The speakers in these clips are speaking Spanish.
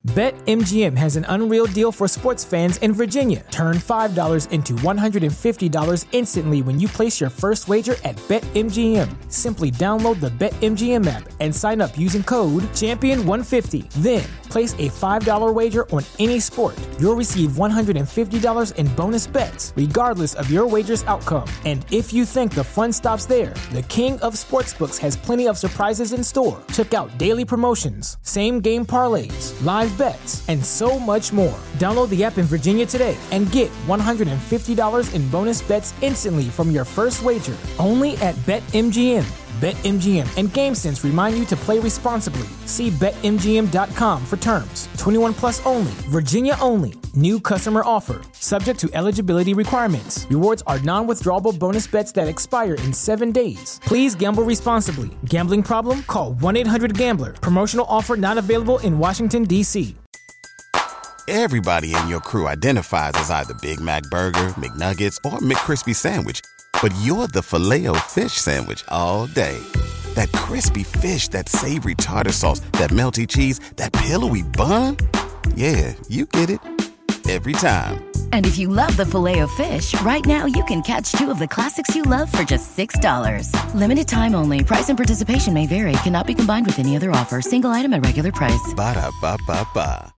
BetMGM has an unreal deal for sports fans in Virginia. Turn $5 into $150 instantly when you place your first wager at BetMGM. Simply download the BetMGM app and sign up using code Champion150. Then, place a $5 wager on any sport. You'll receive $150 in bonus bets, regardless of your wager's outcome. And if you think the fun stops there, the King of Sportsbooks has plenty of surprises in store. Check out daily promotions, same-game parlays, live bets, and so much more. Download the app in Virginia today and get $150 in bonus bets instantly from your first wager. Only at BetMGM. BetMGM and GameSense remind you to play responsibly. See BetMGM.com for terms. 21 plus only. Virginia only. New customer offer. Subject to eligibility requirements. Rewards are non-withdrawable bonus bets that expire in 7 days. Please gamble responsibly. Gambling problem? Call 1-800-GAMBLER. Promotional offer not available in Washington, D.C. Everybody in your crew identifies as either Big Mac Burger, McNuggets, or McCrispy Sandwich. But you're the Filet-O-Fish Sandwich all day. That crispy fish, that savory tartar sauce, that melty cheese, that pillowy bun. Yeah, you get it. Every time. And if you love the Filet-O-Fish, right now you can catch two of the classics you love for just $6. Limited time only. Price and participation may vary. Cannot be combined with any other offer. Single item at regular price. Ba-da-ba-ba-ba.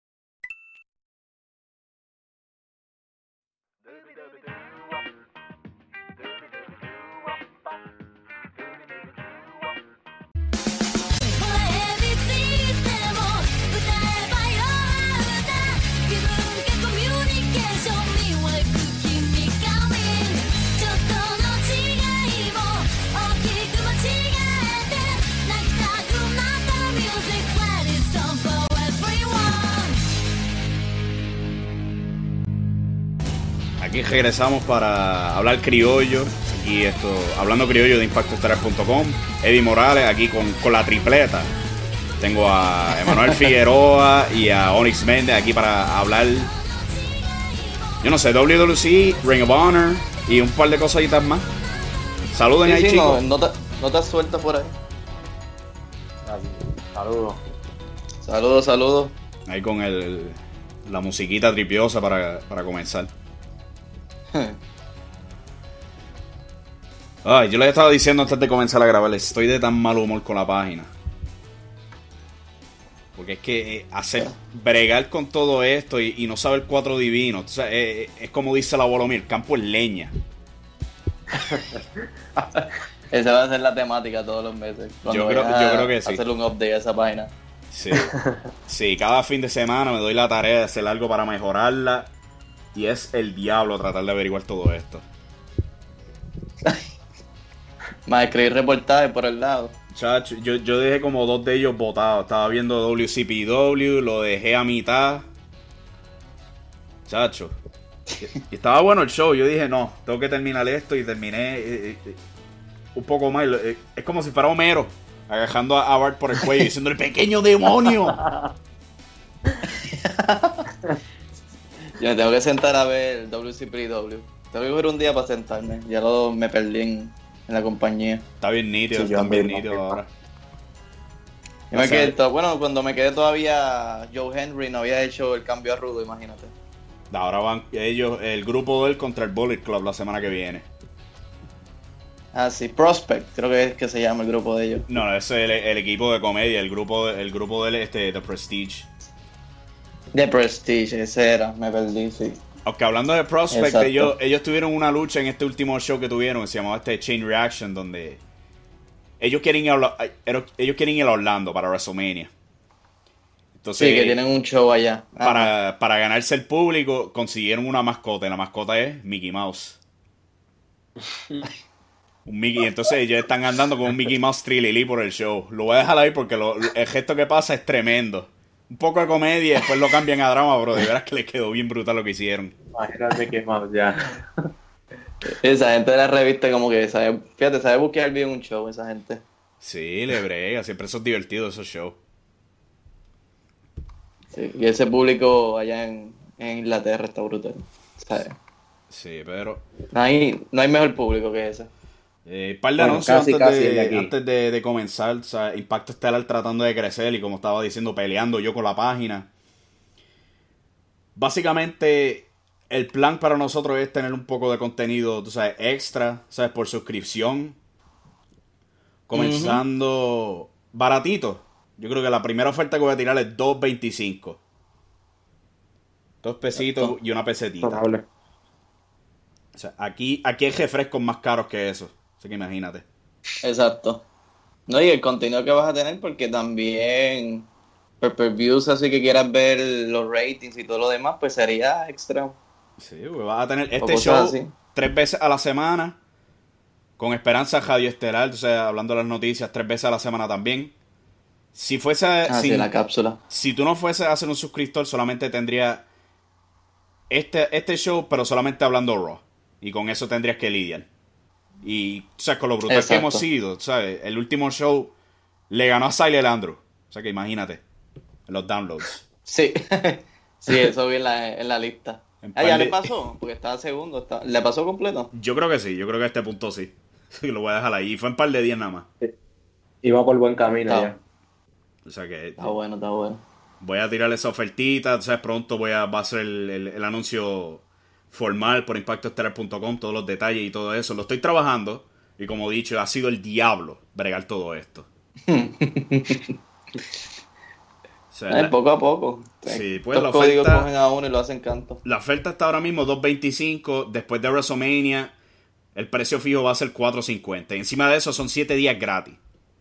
Aquí regresamos para hablar criollo. Aquí hablando criollo de ImpactoEstelar.com. Eddie Morales aquí con la tripleta. Tengo a Emanuel Figueroa y a Onyx Méndez aquí para hablar, yo no sé, WWC, Ring of Honor y un par de cositas más. Saluden ahí, chicos. No te sueltas por ahí. Saludos. Ahí con la musiquita tripiosa para comenzar. Ay, yo les estaba diciendo antes de comenzar a grabar, estoy de tan mal humor con la página. Porque es que bregar con todo esto y no saber cuatro divinos, o sea, es como dice el abuelo mío, el campo es leña. Esa va a ser la temática todos los meses. Yo creo que sí. Hacer un update a esa página. Sí, cada fin de semana me doy la tarea de hacer algo para mejorarla. Y es el diablo tratar de averiguar todo esto. Más escribir reportajes por el lado. Chacho, yo dejé como 2 de ellos botados. Estaba viendo WCPW, lo dejé a mitad. Chacho. Y estaba bueno el show. Yo dije, no, tengo que terminar esto. Y terminé un poco más. Es como si fuera Homero agajando a Bart por el cuello diciendo, ¡el pequeño demonio! Yo me tengo que sentar a ver WCPW. Tengo que coger un día para sentarme. Ya me perdí en la compañía. Está bien nítido, sí, están bien nítidos ahora. Yo me quedé cuando me quedé todavía Joe Henry no había hecho el cambio a Rudo, imagínate. Ahora van ellos, el grupo de él contra el Bullet Club la semana que viene. Ah, sí, Prospect, creo que es que se llama el grupo de ellos. No, ese es el equipo de comedia, el grupo de él, The Prestige. The Prestige, ese era, me perdí, sí. Aunque hablando de Prospect, ellos tuvieron una lucha en este último show que tuvieron, se llamaba Chain Reaction, donde ellos quieren ir a Orlando para WrestleMania. Entonces, sí, que tienen un show allá. Para ganarse el público, consiguieron una mascota, y la mascota es Mickey Mouse. Un Mickey, entonces ellos están andando con un Mickey Mouse Trilili por el show. Lo voy a dejar ahí porque el gesto que pasa es tremendo. Un poco de comedia y después lo cambian a drama, bro. De veras que les quedó bien brutal lo que hicieron. Imagínate que más ya. Esa gente de la revista como que sabe buscar bien un show, esa gente. Sí, le brega. Siempre son divertidos esos shows. Sí, y ese público allá en Inglaterra está brutal, ¿sabes? Sí, pero... No hay mejor público que ese. Par de anuncios antes de comenzar. O sea, Impacto Estelar tratando de crecer y como estaba diciendo, peleando yo con la página. básicamente el plan para nosotros es tener un poco de contenido, tú sabes, extra, ¿sabes? Por suscripción. Comenzando baratito. Yo creo que la primera oferta que voy a tirar es $2.25. 2 pesitos y una pesetita. Probable. O sea, aquí hay refrescos más caros que eso. Así que imagínate. Exacto. No, y el contenido que vas a tener, porque también pay-per-views, así que quieras ver los ratings y todo lo demás, pues sería extra. Sí, pues vas a tener O este cosas show así. 3 veces a la semana. Con Esperanza Radio Estelar, o sea, hablando de las noticias 3 veces a la semana también. Si fuese... Sí, la cápsula. Si tú no fueses a ser un suscriptor, solamente tendría este show, pero solamente hablando Raw. Y con eso tendrías que lidiar. Y, o sea, con lo brutal que hemos sido, ¿sabes? El último show le ganó a Silent Andrew. O sea, que imagínate. Los downloads. Sí, sí, eso vi en la lista. ¿Ya le pasó? Porque estaba segundo. ¿Le pasó completo? Yo creo que sí. Yo creo que a este punto sí. Lo voy a dejar ahí. Y fue en par de días nada más. Iba por buen camino ya. O sea que... Está bueno, está bueno. Voy a tirarle esa ofertita. ¿Sabes? Pronto va a hacer el anuncio formal por impactoestelar.com. Todos los detalles y todo eso. Lo estoy trabajando. Y como he dicho, ha sido el diablo bregar todo esto. O sea, Poco a poco. Sí, pues los la códigos oferta... cogen a uno y lo hacen canto. La oferta está ahora mismo $2.25. Después de WrestleMania, el precio fijo va a ser $4.50. Encima de eso son 7 días gratis.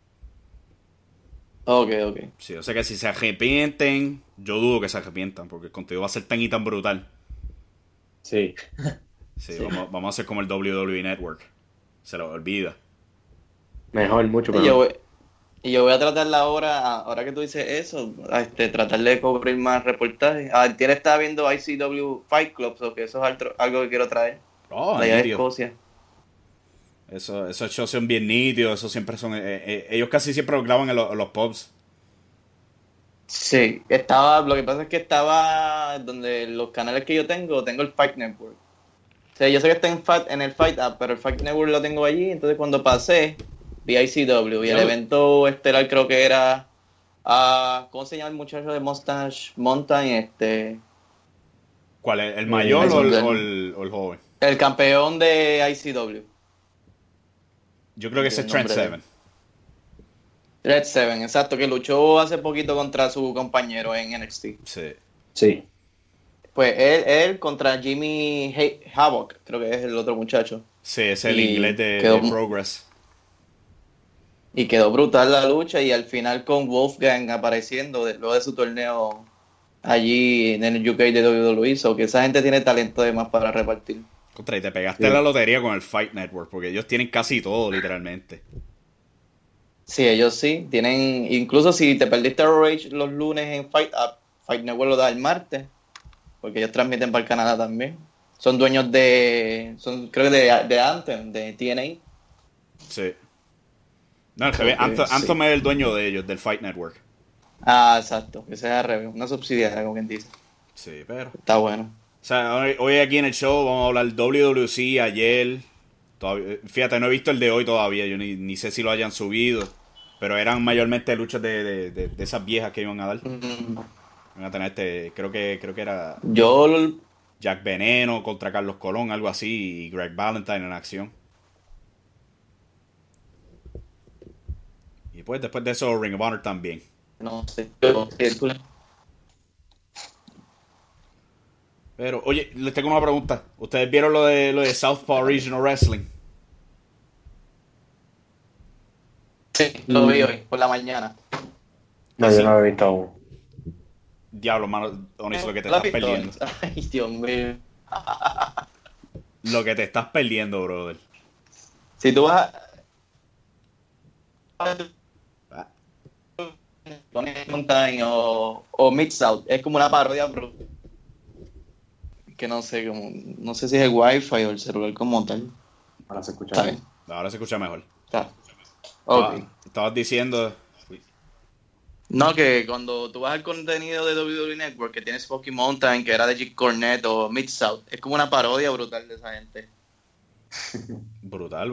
Ok. Sí, o sea que si se arrepienten, yo dudo que se arrepientan, porque el contenido va a ser tan y tan brutal. Sí. Sí. Vamos a hacer como el WWE Network. Se lo olvida. Mejor, mucho Y mejor. yo voy a tratar ahora que tú dices eso, tratar de cubrir más reportajes. Tiene estaba viendo ICW Fight Club, o que eso es algo que quiero traer. Oh, de allá de nítido. Escocia. Esos shows son bien nítidos. Esos siempre son... ellos casi siempre lo graban en los pubs. Sí, lo que pasa es que estaba donde los canales que yo tengo el Fight Network. O sea, yo sé que está en el Fight App, pero el Fight Network lo tengo allí. Entonces cuando pasé, vi ICW y el evento estelar creo que era... ¿cómo se llama el muchacho de Mustache Mountain? ¿Cuál es? ¿El mayor o el joven? El campeón de ICW. Yo creo que ese es Trent Seven. Red Seven, exacto, que luchó hace poquito contra su compañero en NXT. Sí. Pues él contra Jimmy Havoc, creo que es el otro muchacho. Sí, es el inglés de Progress. Y quedó brutal la lucha y al final con Wolfgang apareciendo luego de su torneo allí en el UK de WWE, so que esa gente tiene talento además para repartir. Contra, y te pegaste la lotería con el Fight Network, porque ellos tienen casi todo, literalmente. Sí, ellos sí, tienen, incluso si te perdiste Rage los lunes en Fight Network lo da el martes, porque ellos transmiten para el Canadá también. Son dueños creo que de Anthem, de TNA. Sí. No, el revés, Anthem es el dueño de ellos, del Fight Network. Exacto, que sea al revés, una subsidiaria, como quien dice. Sí, pero... Está bueno. O sea, hoy aquí en el show vamos a hablar WWC ayer. Fíjate, no he visto el de hoy todavía. Yo ni sé si lo hayan subido. Pero eran mayormente luchas de esas viejas que iban a dar. Van a tener creo que era Jack Veneno contra Carlos Colón, algo así. Y Greg Valentine en acción. Y pues después de eso Ring of Honor también. No sé. Pero, oye, les tengo una pregunta. ¿Ustedes vieron lo de Southpaw Regional Wrestling? Sí, lo vi hoy, por la mañana. No, yo no lo he visto aún. Diablo, mano, Onis, lo que te estás perdiendo. Ay, Dios mío. Lo que te estás perdiendo, brother. Si tú vas Mountain o Mid-South, es como una parodia, pero que no sé si es el Wi-Fi o el celular como tal. Ahora se escucha Está bien. bien. Ahora se escucha mejor. Está. Okay. Estabas diciendo... No, que cuando tú vas al contenido de WWE Network, que tiene Smoky Mountain, que era de Jim Cornette o Mid-South, es como una parodia brutal de esa gente. Brutal.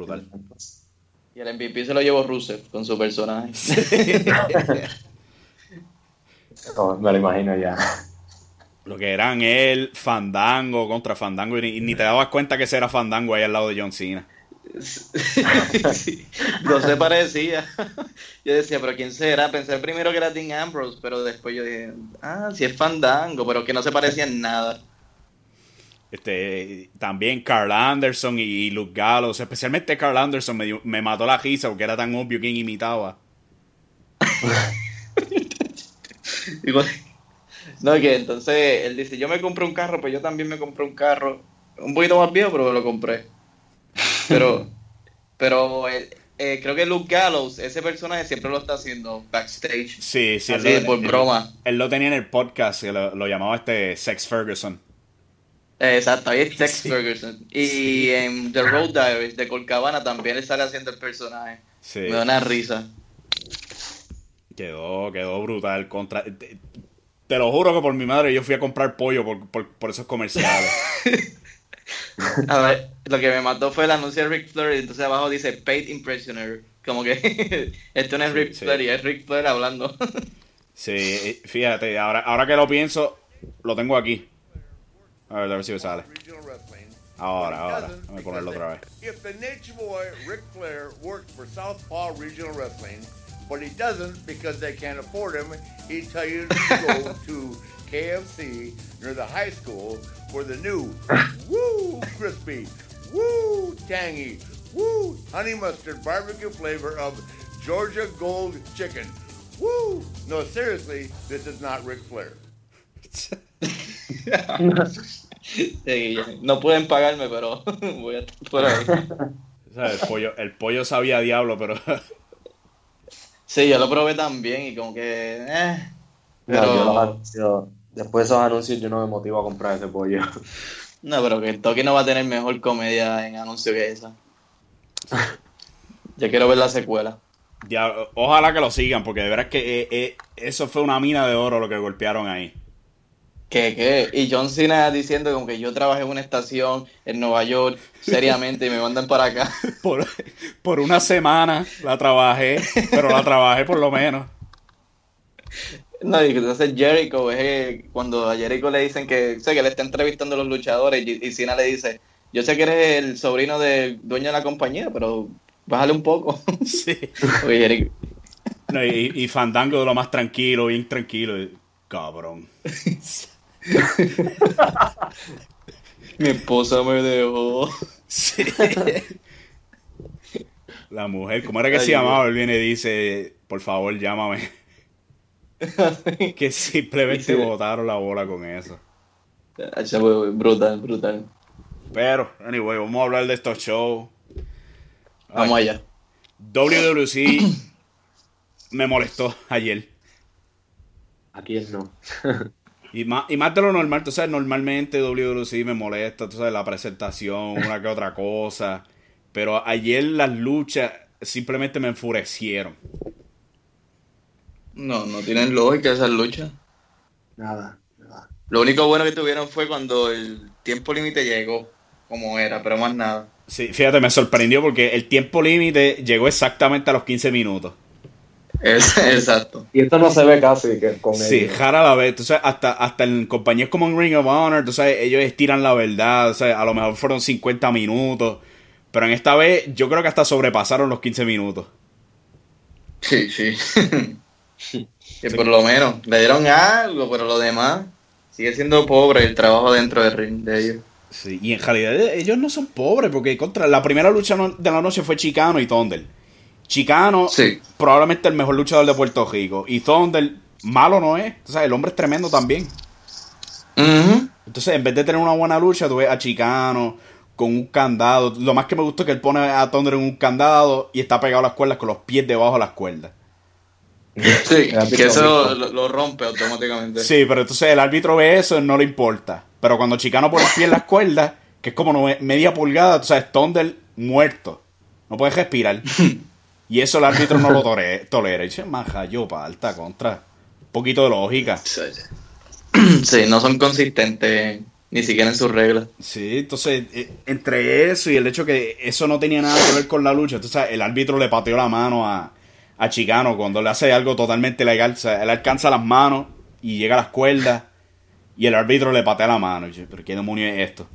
Y el MVP se lo llevó Rusev con su personaje. No, me lo imagino ya. Lo que eran él, Fandango contra Fandango, y ni te dabas cuenta que ese era Fandango ahí al lado de John Cena. Sí, no se parecía. Yo decía, pero ¿quién será? Pensé primero que era Dean Ambrose, pero después yo dije, sí es Fandango, pero que no se parecía en nada. También Carl Anderson y Luke Gallows, especialmente Carl Anderson me mató la risa porque era tan obvio quién imitaba. No, que entonces él dice, yo me compré un carro, pues yo también me compré un carro, un poquito más viejo, pero lo compré. Pero creo que Luke Gallows, ese personaje siempre lo está haciendo backstage. Sí, así, por broma. Él lo tenía en el podcast, que lo llamaba Sex Ferguson. Exacto, ahí es Sex Ferguson. Y en The Road Diaries de Colt Cabana también él sale haciendo el personaje. Sí. Me da una risa. Quedó brutal. Te lo juro que por mi madre yo fui a comprar pollo por esos comerciales. A ver, lo que me mató fue el anuncio de Ric Flair y entonces abajo dice Paid Impressioner. Como que esto no es Ric Flair y es Ric Flair hablando. Sí, fíjate, ahora que lo pienso, lo tengo aquí. A ver si me sale. Ahora, déjame ponerlo otra vez. If the Nature Boy Ric Flair worked for Southpaw Regional Wrestling, but he doesn't because they can't afford him, he'd tell you to go to KFC near the high school for the new woo crispy, woo tangy, woo honey mustard barbecue flavor of Georgia Gold chicken. Woo! No, seriously, this is not Ric Flair. Sí, no pueden pagarme, pero voy a estar por ahí. O sea, el pollo sabía a diablo, pero... Sí, yo lo probé también y como que... Pero... No, yo los anuncios, después de esos anuncios yo no me motivo a comprar ese pollo. No, pero que Toki no va a tener mejor comedia en anuncio que esa. Yo quiero ver la secuela. Ya, ojalá que lo sigan, porque de verdad que eso fue una mina de oro lo que golpearon ahí. ¿Qué? Y John Cena diciendo como que yo trabajé en una estación en Nueva York seriamente y me mandan para acá. Por una semana la trabajé, pero la trabajé por lo menos. No, y entonces Jericho, cuando a Jericho le dicen que, sé que le está entrevistando a los luchadores y Cena le dice, yo sé que eres el sobrino del dueño de la compañía, pero bájale un poco. Sí. Oye, Jericho. No, y Fandango de lo más tranquilo, bien tranquilo. Cabrón. Mi esposa me dejó. Sí. La mujer, ¿cómo era que se llamaba? Él viene y dice, por favor, llámame. Que simplemente botaron la bola con eso. Brutal. Pero, anyway, vamos a hablar de estos shows. Vamos allá. WWC me molestó ayer. ¿A quién no? Y más de lo normal, tú sabes, normalmente WWC me molesta, tú sabes, la presentación, una que otra cosa. Pero ayer las luchas simplemente me enfurecieron. No tienen lógica esas luchas. Nada. Lo único bueno que tuvieron fue cuando el tiempo límite llegó, como era, pero más nada. Sí, fíjate, me sorprendió porque el tiempo límite llegó exactamente a los 15 minutos. Exacto. Y esto no se ve casi que con Sí, ellos. rara la vez. Tú sabes, hasta en compañías como en Ring of Honor, tú sabes, ellos estiran la verdad. O sea, a lo mejor fueron 50 minutos. Pero en esta vez, yo creo que hasta sobrepasaron los 15 minutos. Sí. Que por lo menos le dieron algo, pero lo demás sigue siendo pobre el trabajo dentro del ring de ellos. Sí, y en realidad ellos no son pobres, porque la primera lucha de la noche fue Chicano y Thunder. Chicano, sí, probablemente el mejor luchador de Puerto Rico. Y Thunder, malo no es. O sea, el hombre es tremendo también. Uh-huh. Entonces, en vez de tener una buena lucha, tú ves a Chicano con un candado. Lo más que me gustó es que él pone a Thunder en un candado y está pegado a las cuerdas con los pies debajo de las cuerdas. Sí, que eso lo rompe automáticamente. Sí, pero entonces el árbitro ve eso y no le importa. Pero cuando Chicano pone el pie en las cuerdas, que es como media pulgada, tú sabes, Thunder muerto. No puede respirar. Y eso el árbitro no lo tolera. Y dice, maja, yo pa' alta contra. Un poquito de lógica. Sí, no son consistentes ni siquiera en sus reglas. Sí, entonces, entre eso y el hecho que eso no tenía nada que ver con la lucha, entonces el árbitro le pateó la mano a Chicano cuando le hace algo totalmente legal. O sea, él alcanza las manos y llega a las cuerdas y el árbitro le patea la mano. Y yo, ¿pero qué demonios es esto?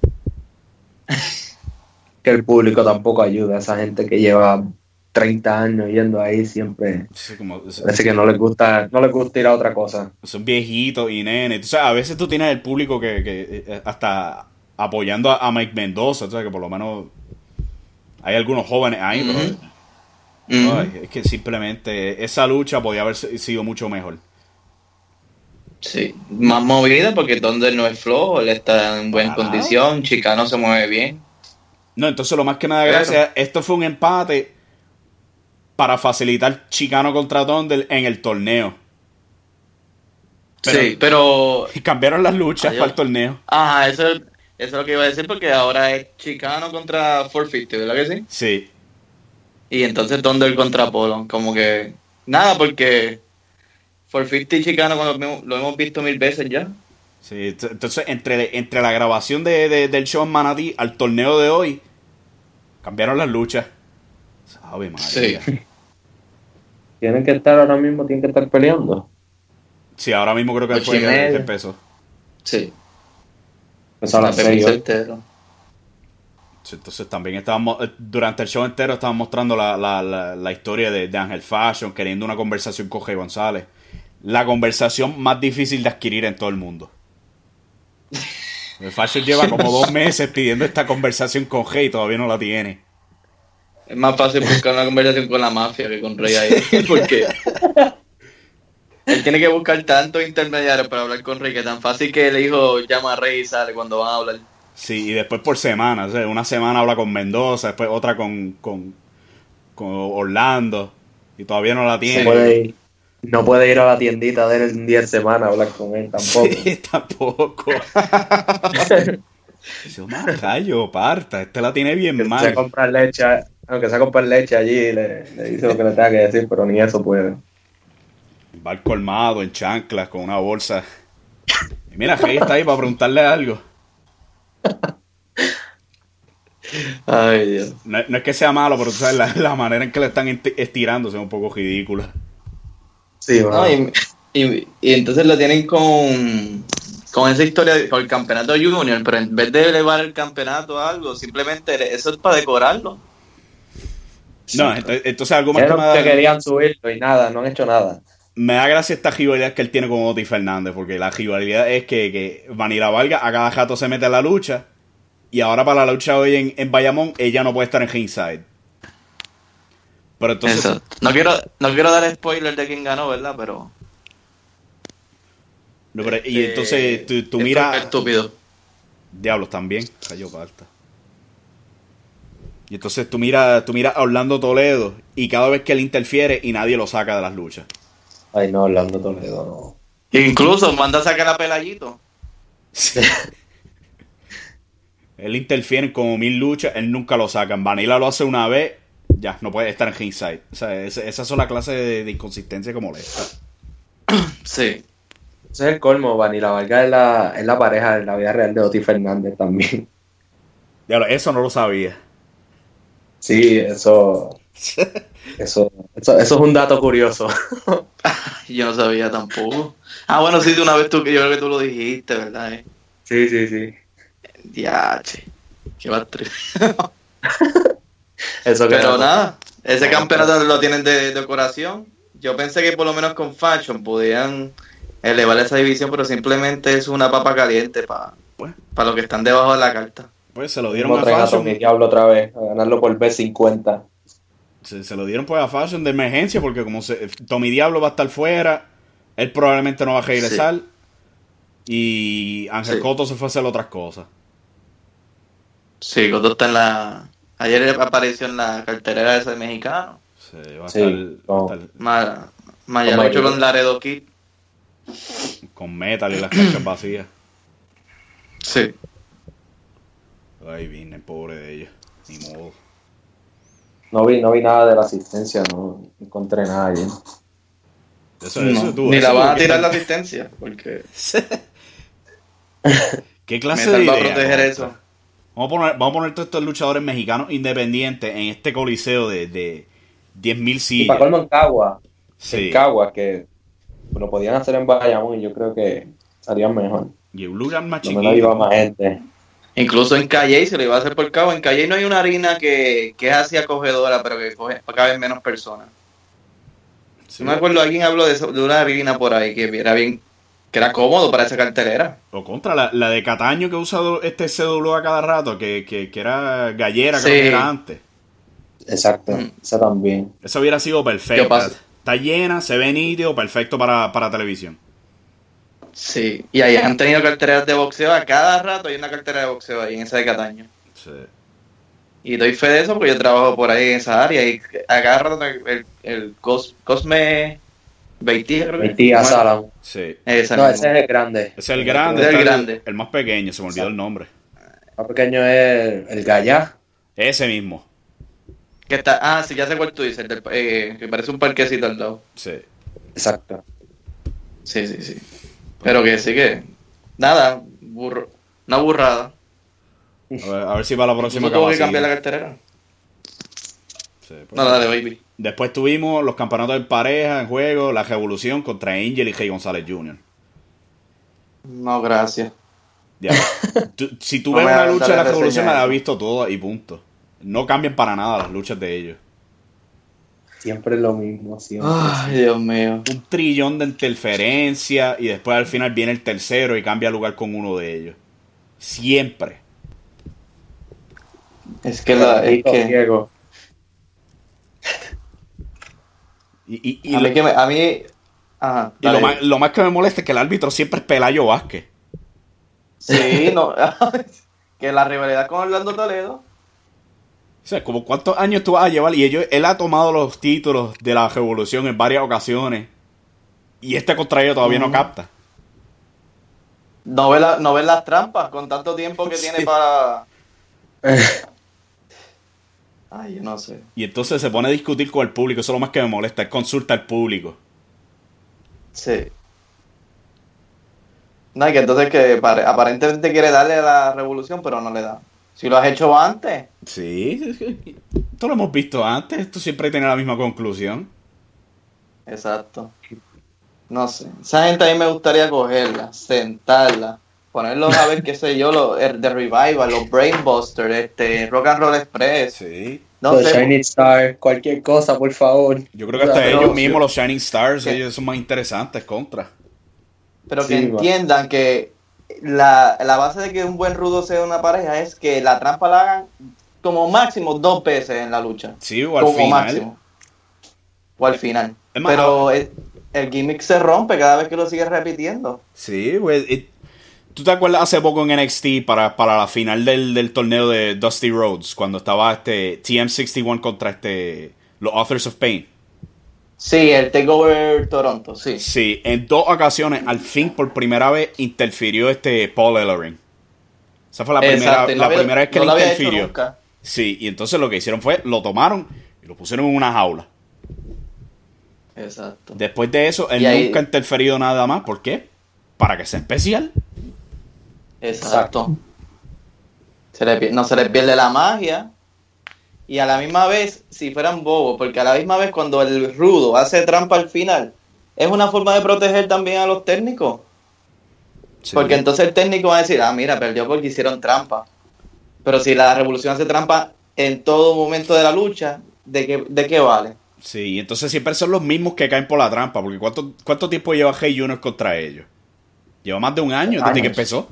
Que el público tampoco ayuda a esa gente que lleva 30 años yendo ahí siempre. Parece que no les gusta ir a otra cosa. Son viejitos y nenes. Entonces, a veces tú tienes el público que hasta apoyando a Mike Mendoza, o sea, que por lo menos hay algunos jóvenes ahí, pero no, es que simplemente esa lucha podía haber sido mucho mejor. Sí, más movida porque Thunder no es flojo, él está en buena condición, Chicano se mueve bien. No, entonces lo más que nada gracias, esto fue un empate para facilitar Chicano contra Thunder en el torneo. Pero cambiaron las luchas para el torneo. Ajá, eso es lo que iba a decir, porque ahora es Chicano contra 450, ¿verdad que sí? Sí. Y entonces Thunder contra Apollo, como que nada, porque 450 y Chicano lo hemos visto 1000 veces ya. Sí, entonces entre la grabación del show en Manatí al torneo de hoy, cambiaron las luchas. Sabe, madre. Sí. Tienen que estar peleando. Sí, ahora mismo creo que fue que empezó. Sí. Empezó a las 6. Entonces también durante el show entero estaban mostrando la historia de Ángel Fashion, queriendo una conversación con Jay González. La conversación más difícil de adquirir en todo el mundo. El Fashion lleva como 2 meses pidiendo esta conversación con Jay y todavía no la tiene. Es más fácil buscar una conversación con la mafia que con Rey ahí, porque él tiene que buscar tantos intermediarios para hablar con Rey, que tan fácil que el hijo llama a Rey y sale cuando van a hablar. Sí, y después por semana, o sea, una semana habla con Mendoza, después otra con Orlando, y todavía no la tiene. No puede ir a la tiendita de él un día de semana a hablar con él tampoco. Sí, tampoco. Yo más rayo, parta, la tiene bien mal. Aunque sea comprar leche allí, le dice lo que le tenga que decir, pero ni eso puede. Va al colmado, en chanclas, con una bolsa. Y mira, Jay está ahí para preguntarle algo. Ay, Dios. No es que sea malo, pero tú sabes, la manera en que le están estirando es un poco ridícula. Sí, bueno. No, y entonces lo tienen con esa historia por el campeonato junior, pero en vez de elevar el campeonato a algo, simplemente eso es para decorarlo. No, entonces algo más que querían subirlo y nada, no han hecho nada. Me da gracia esta rivalidad que él tiene con Oti Fernández, porque la rivalidad es que Vanilla Vargas a cada jato se mete a la lucha, y ahora para la lucha hoy en Bayamón, ella no puede estar en ringside. Pero entonces, no quiero dar spoiler de quién ganó, ¿verdad? Pero y entonces tú miras... Estúpido. Diablos también. Cayó parta. Y entonces tú miras a Orlando Toledo y cada vez que él interfiere y nadie lo saca de las luchas. Ay, no, Orlando Toledo no. Incluso manda a sacar a Pelayito. Sí. Él interfiere en como 1000 luchas, él nunca lo saca. Vanilla lo hace una vez, ya, no puede estar en ringside. O sea, esas son las clases de inconsistencia que molesta. Sí. Ese es el colmo, Vanilla Vargas es la pareja en la vida real de Oti Fernández también. Diablo, eso no lo sabía. Sí, eso es un dato curioso. Yo no sabía tampoco. Bueno, sí, de una vez yo creo que tú lo dijiste, ¿verdad? Sí. Diache. Qué batri. Pero nada, ese campeonato lo tienen de decoración. Yo pensé que por lo menos con Fashion podían elevar esa división, pero simplemente es una papa caliente para los que están debajo de la carta. Pues se lo dieron a Fashion. Tommy Diablo otra vez, a ganarlo por B50. Se lo dieron pues a Fashion de emergencia, porque como Tommy Diablo va a estar fuera, él probablemente no va a regresar. Sí. Y Ángel Cotto se fue a hacer otras cosas. Sí, Cotto está ayer apareció en la cartelera ese mexicano. Sí, va a estar... Mayarucho con Laredo Kid. Con Metal y las canchas vacías. Sí. Ay, vine, pobre de ellos. Ni modo. No vi nada de la asistencia, no encontré nada allí. Ni la van a tirar la asistencia, porque... ¿Qué clase de idea? Va a proteger eso. Vamos a poner todos estos luchadores mexicanos independientes en este coliseo de 10,000 sillas. Y para colmo en Cagua. Sí. En Cagua, que lo podían hacer en Bayamón y yo creo que estarían mejor. Y un lugar más No chiquito. me lo iba más gente. Incluso en Calle se lo iba a hacer por cabo. En Calle no hay una harina que es así acogedora, pero que caben menos personas. Sí. No me acuerdo, alguien habló de una harina por ahí que era bien, que era cómodo para esa cartelera. O contra la de Cataño que usa este CW a cada rato, que era gallera, Sí. creo que era antes. Exacto, esa también. Eso hubiera sido Yo perfecto. paso. Está llena, se ve nítido, perfecto para televisión. Sí, y ahí han tenido carteleras de boxeo. A cada rato hay una cartera de boxeo ahí en esa de Cataño. Sí. Y doy fe de eso porque yo trabajo por ahí en esa área. Y a cada rato el Cosme Beitía, creo que Beitía Salam. Sí. Ese No, mismo. ese es el grande. Ese es el grande. Ese es el está grande. El más pequeño, se me olvidó el nombre. El más pequeño es el Gallá. Ese mismo. Que está, sí, ya sé cuál tú dices, el que parece un parquecito al lado. Sí. Exacto. Sí. Pero que sí que, nada, una burrada. A ver si para la próxima Incluso tuvo que acaba cambiar la así. cartelera. Sí, pues. No, dale, baby. Después tuvimos los campeonatos de pareja en juego, la Revolución contra Angel y Rey González Jr. No, gracias. Ya. Si tú No ves me una hagas lucha de la darle Revolución, reseña la a has eso. visto toda y punto. No cambian para nada las luchas de ellos. Siempre es lo mismo, siempre. Ay, Dios mío. Un trillón de interferencia y después al final viene el tercero y cambia lugar con uno de ellos. Siempre. Es que Diego. Y a mí que a mí, ajá, y lo dale. lo más que me molesta es que el árbitro siempre es Pelayo Vázquez. Sí, no, que la rivalidad con Orlando Toledo. O sea, como cuántos años tú vas a llevar. Y él ha tomado los títulos de la Revolución en varias ocasiones. Y este contra ellos todavía no capta. No ves las trampas con tanto tiempo que tiene para. Ay, yo no sé. Y entonces se pone a discutir con el público. Eso es lo más que me molesta. Él consulta al público. Sí. No, y que entonces que aparentemente quiere darle a la revolución, pero no le da. Si lo has hecho antes. Sí, esto lo hemos visto antes. Esto siempre tiene la misma conclusión. Exacto. No sé. Esa gente a mí me gustaría cogerla, sentarla, ponerlos a ver, qué sé yo, The Revival, los Brainbusters, Rock and Roll Express. Sí. No Los sé. Shining Star, cualquier cosa, por favor. Yo creo que hasta Pero- ellos mismos, los Shining Stars, ¿Qué? ellos son más interesantes contra. Pero Sí, que entiendan que la base de que un buen rudo sea una pareja es que la trampa la hagan como máximo 2 veces en la lucha. Sí, o al como final. máximo. O al final. Es más, Pero el gimmick se rompe cada vez que lo sigues repitiendo. Sí, güey. ¿Tú te acuerdas hace poco en NXT para la final del torneo de Dusty Rhodes? Cuando estaba TM61 contra los Authors of Pain. Sí, el Takeover Toronto, sí. Sí, en 2 ocasiones, al fin, por primera vez, interfirió Paul Ellering. Esa fue la Exacto, y no había- primera vez que no le lo había hecho interfirió. nunca. Sí, y entonces lo que hicieron fue, lo tomaron y lo pusieron en una jaula. Exacto. Después de eso, él Y ahí- nunca ha interferido nada más. ¿Por qué? Para que sea especial. Exacto. No se les pierde la magia. Y a la misma vez, si fueran bobos, porque a la misma vez cuando el rudo hace trampa al final, es una forma de proteger también a los técnicos. Sí. Porque entonces el técnico va a decir, mira, perdió porque hicieron trampa. Pero si la revolución hace trampa en todo momento de la lucha, ¿de qué vale? Sí, y entonces siempre son los mismos que caen por la trampa. Porque ¿cuánto tiempo lleva Rey Jr. contra ellos? Lleva más de un año desde que empezó.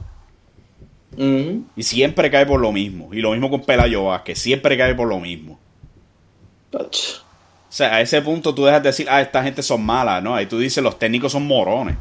Ujú. Y siempre cae por lo mismo. Y lo mismo con Pelayo Vázquez. Siempre cae por lo mismo. O sea, a ese punto tú dejas de decir, esta gente son malas, ¿no? Ahí tú dices, los técnicos son morones.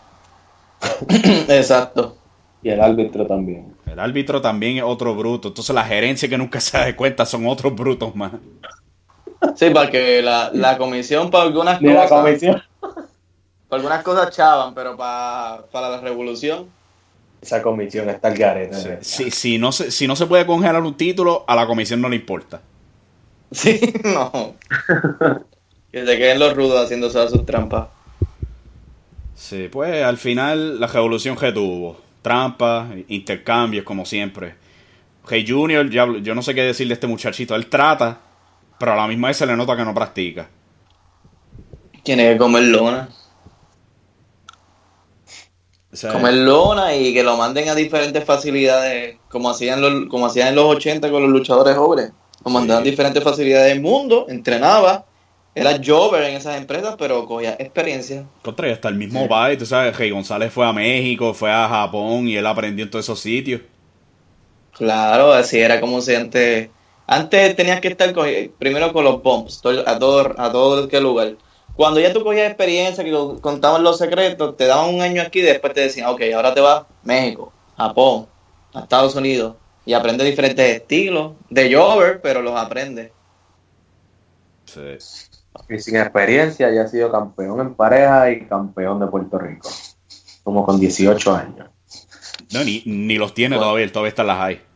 Exacto. Y el árbitro también. El árbitro también es otro bruto. Entonces la gerencia que nunca se da cuenta son otros brutos más. Sí, porque la comisión para algunas Ni la cosas, comisión. para algunas cosas chavan, pero para la revolución. Esa comisión está al garete. Si no se puede congelar un título, a la comisión no le importa. Sí, no. Que se queden los rudos haciendo sus trampas. Sí, pues al final la revolución que tuvo. Trampas, intercambios, como siempre. Rey Jr., yo no sé qué decir de este muchachito. Él trata, pero a la misma vez se le nota que no practica. Tiene que comer lona. O sea, comer lona y que lo manden a diferentes facilidades, como hacían en los 80 con los luchadores jóvenes. Lo mandaban a diferentes facilidades del mundo, entrenaba, era jobber en esas empresas, pero cogía experiencia. Contra, y hasta el mismo Pai, tú sabes, Rey González fue a México, fue a Japón y él aprendió en todos esos sitios. Claro, así era como si antes... Antes tenías que estar primero con los bumps, a todo el lugar. Cuando ya tú cogías experiencia, que contaban los secretos, te daban un año aquí y después te decían, ok, ahora te vas a México, Japón, a Estados Unidos, y aprendes diferentes estilos de Jover, pero los aprendes. Sí. Y sin experiencia ya ha sido campeón en pareja y campeón de Puerto Rico. Como con 18 años. No, ni los tiene todavía, él todavía está en las high.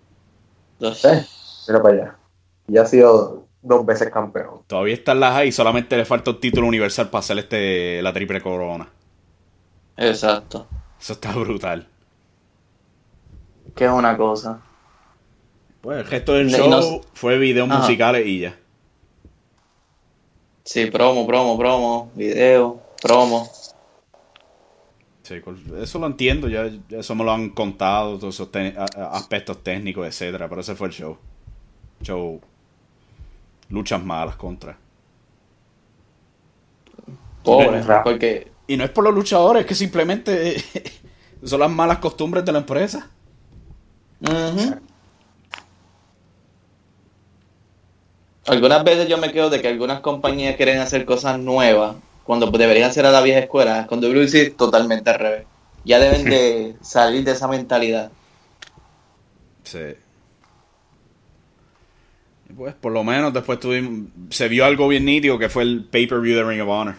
Mira para allá. Ya ha sido 2 veces campeón. Todavía está en las high y solamente le falta un título universal para hacer la triple corona. Exacto. Eso está brutal. Que es una cosa. Pues el resto del show fue videos musicales y ya. Sí, promo, video, promo. Sí, eso lo entiendo, ya eso me lo han contado, todos esos aspectos técnicos, etcétera, pero ese fue el show. Luchas malas contra. Pobre, porque... Y no es por los luchadores, es que simplemente son las malas costumbres de la empresa. Uh-huh. Algunas veces yo me quedo de que algunas compañías quieren hacer cosas nuevas cuando deberían ser a la vieja escuela. Con WC totalmente al revés. Ya deben de salir de esa mentalidad. Sí. Y pues por lo menos después se vio algo bien nítido que fue el pay-per-view de Ring of Honor.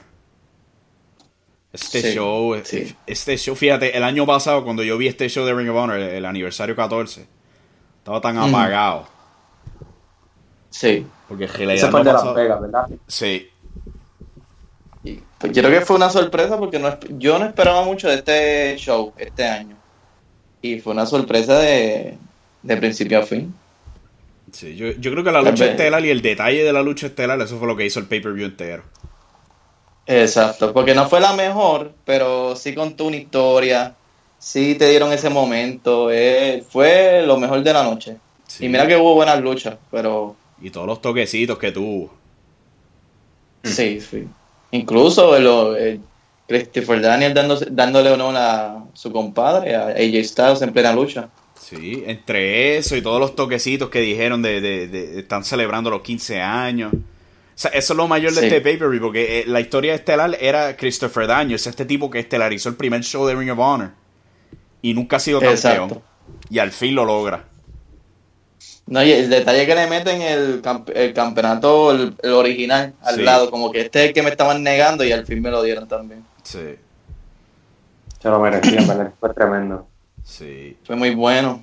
Este show, fíjate, el año pasado cuando yo vi este show de Ring of Honor, el aniversario 14, estaba tan apagado. Sí. Porque ese fue el de Las Vegas, ¿verdad? Sí. Y pues yo creo que fue una sorpresa porque yo no esperaba mucho de este show este año. Y fue una sorpresa de principio a fin. Sí, yo creo que la lucha estelar y el detalle de la lucha estelar, eso fue lo que hizo el pay-per-view entero. Exacto, porque no fue la mejor, pero sí contó una historia, sí te dieron ese momento, fue lo mejor de la noche. Sí. Y mira que hubo buenas luchas, pero... Y todos los toquecitos que tuvo. Sí. Incluso Christopher Daniel dándole honor a su compadre, a AJ Styles en plena lucha. Sí, entre eso y todos los toquecitos que dijeron de están celebrando los 15 años. O sea, eso es lo mayor de este pay-per-view, porque la historia estelar era Christopher Daniels, este tipo que estelarizó el primer show de Ring of Honor y nunca ha sido campeón. Exacto. Y al fin lo logra. No, y el detalle que le meten el campeonato, el original, al lado, como que este es el que me estaban negando y al fin me lo dieron también. Sí. Se lo merecían, ¿verdad? Fue tremendo. Sí. Fue muy bueno.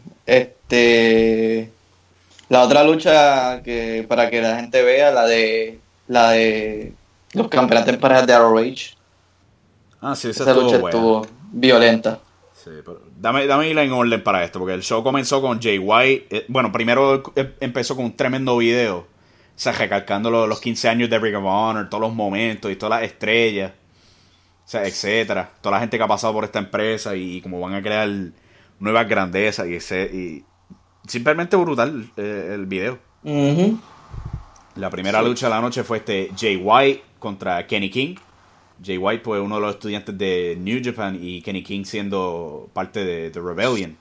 La otra lucha que para que la gente vea, la de los campeonatos en parejas de ROH. Ah, sí, esa lucha estuvo violenta. Sí, pero dame ir en orden para esto, porque el show comenzó con Jay White. Primero empezó con un tremendo video, o sea, recalcando los 15 años de Ring of Honor, todos los momentos y todas las estrellas, o sea, etcétera. Toda la gente que ha pasado por esta empresa y cómo van a crear nuevas grandezas y simplemente brutal el video. Uh-huh. La primera lucha de la noche fue Jay White contra Kenny King. Jay White, pues, uno de los estudiantes de New Japan y Kenny King siendo parte de The Rebellion.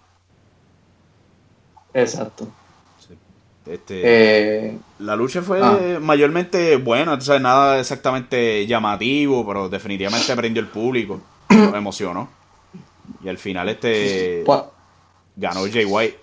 Exacto. Sí. La lucha fue mayormente buena, o sea, nada exactamente llamativo, pero definitivamente prendió el público, lo emocionó. Y al final ganó Jay White.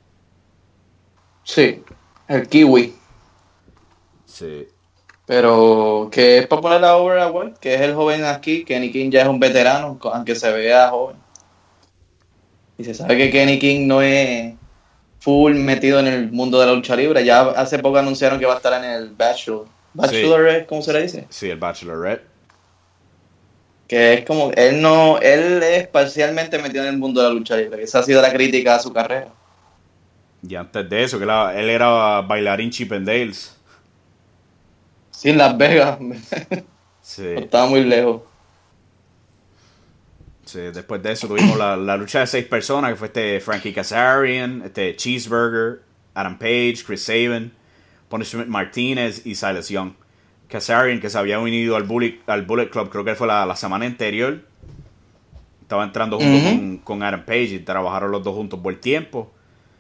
Sí, el Kiwi. Sí. Pero que es para poner a over a White, que es el joven aquí. Kenny King ya es un veterano, aunque se vea joven. Y se sabe que Kenny King no es full metido en el mundo de la lucha libre. Ya hace poco anunciaron que va a estar en el Bachelorette, ¿cómo se le dice? Sí, el Bachelorette. Que es como, él es parcialmente metido en el mundo de la lucha libre. Esa ha sido la crítica a su carrera. Y antes de eso, él era bailarín Chip and Dales. Sí, en Las Vegas. Sí. Estaba muy lejos. Sí, después de eso tuvimos la lucha de 6 personas, que fue Frankie Kazarian, Cheeseburger, Adam Page, Chris Sabin, Punishment Martinez y Silas Young. Kazarian, que se había unido al Bullet Club, creo que fue la semana anterior. Estaba entrando junto con Adam Page y trabajaron los dos juntos por el tiempo.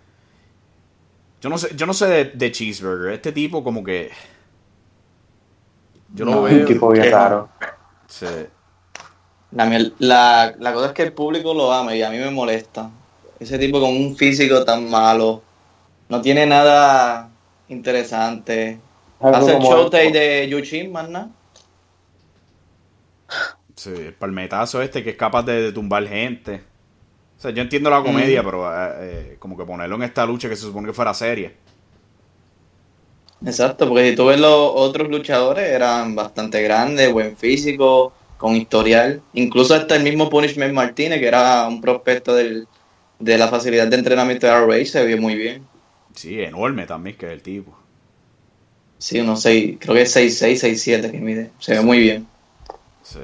Yo no sé de Cheeseburger. Este tipo como que... Yo lo veo... Un tipo bien raro. Sí. La cosa es que el público lo ama y a mí me molesta. Ese tipo con un físico tan malo. No tiene nada interesante. Hace el showtime de Yushin, más nada. Sí, el palmetazo que es capaz de tumbar gente. O sea, yo entiendo la comedia, pero como que ponerlo en esta lucha que se supone que fuera seria. Exacto, porque si tú ves los otros luchadores, eran bastante grandes, buen físico, con historial. Incluso hasta el mismo Punishment Martinez, que era un prospecto de la facilidad de entrenamiento de ROH, se vio muy bien. Sí, enorme también que es el tipo. Sí, unos 6, creo que es 6'6", 6'7" que mide. Se ve muy bien. Sí.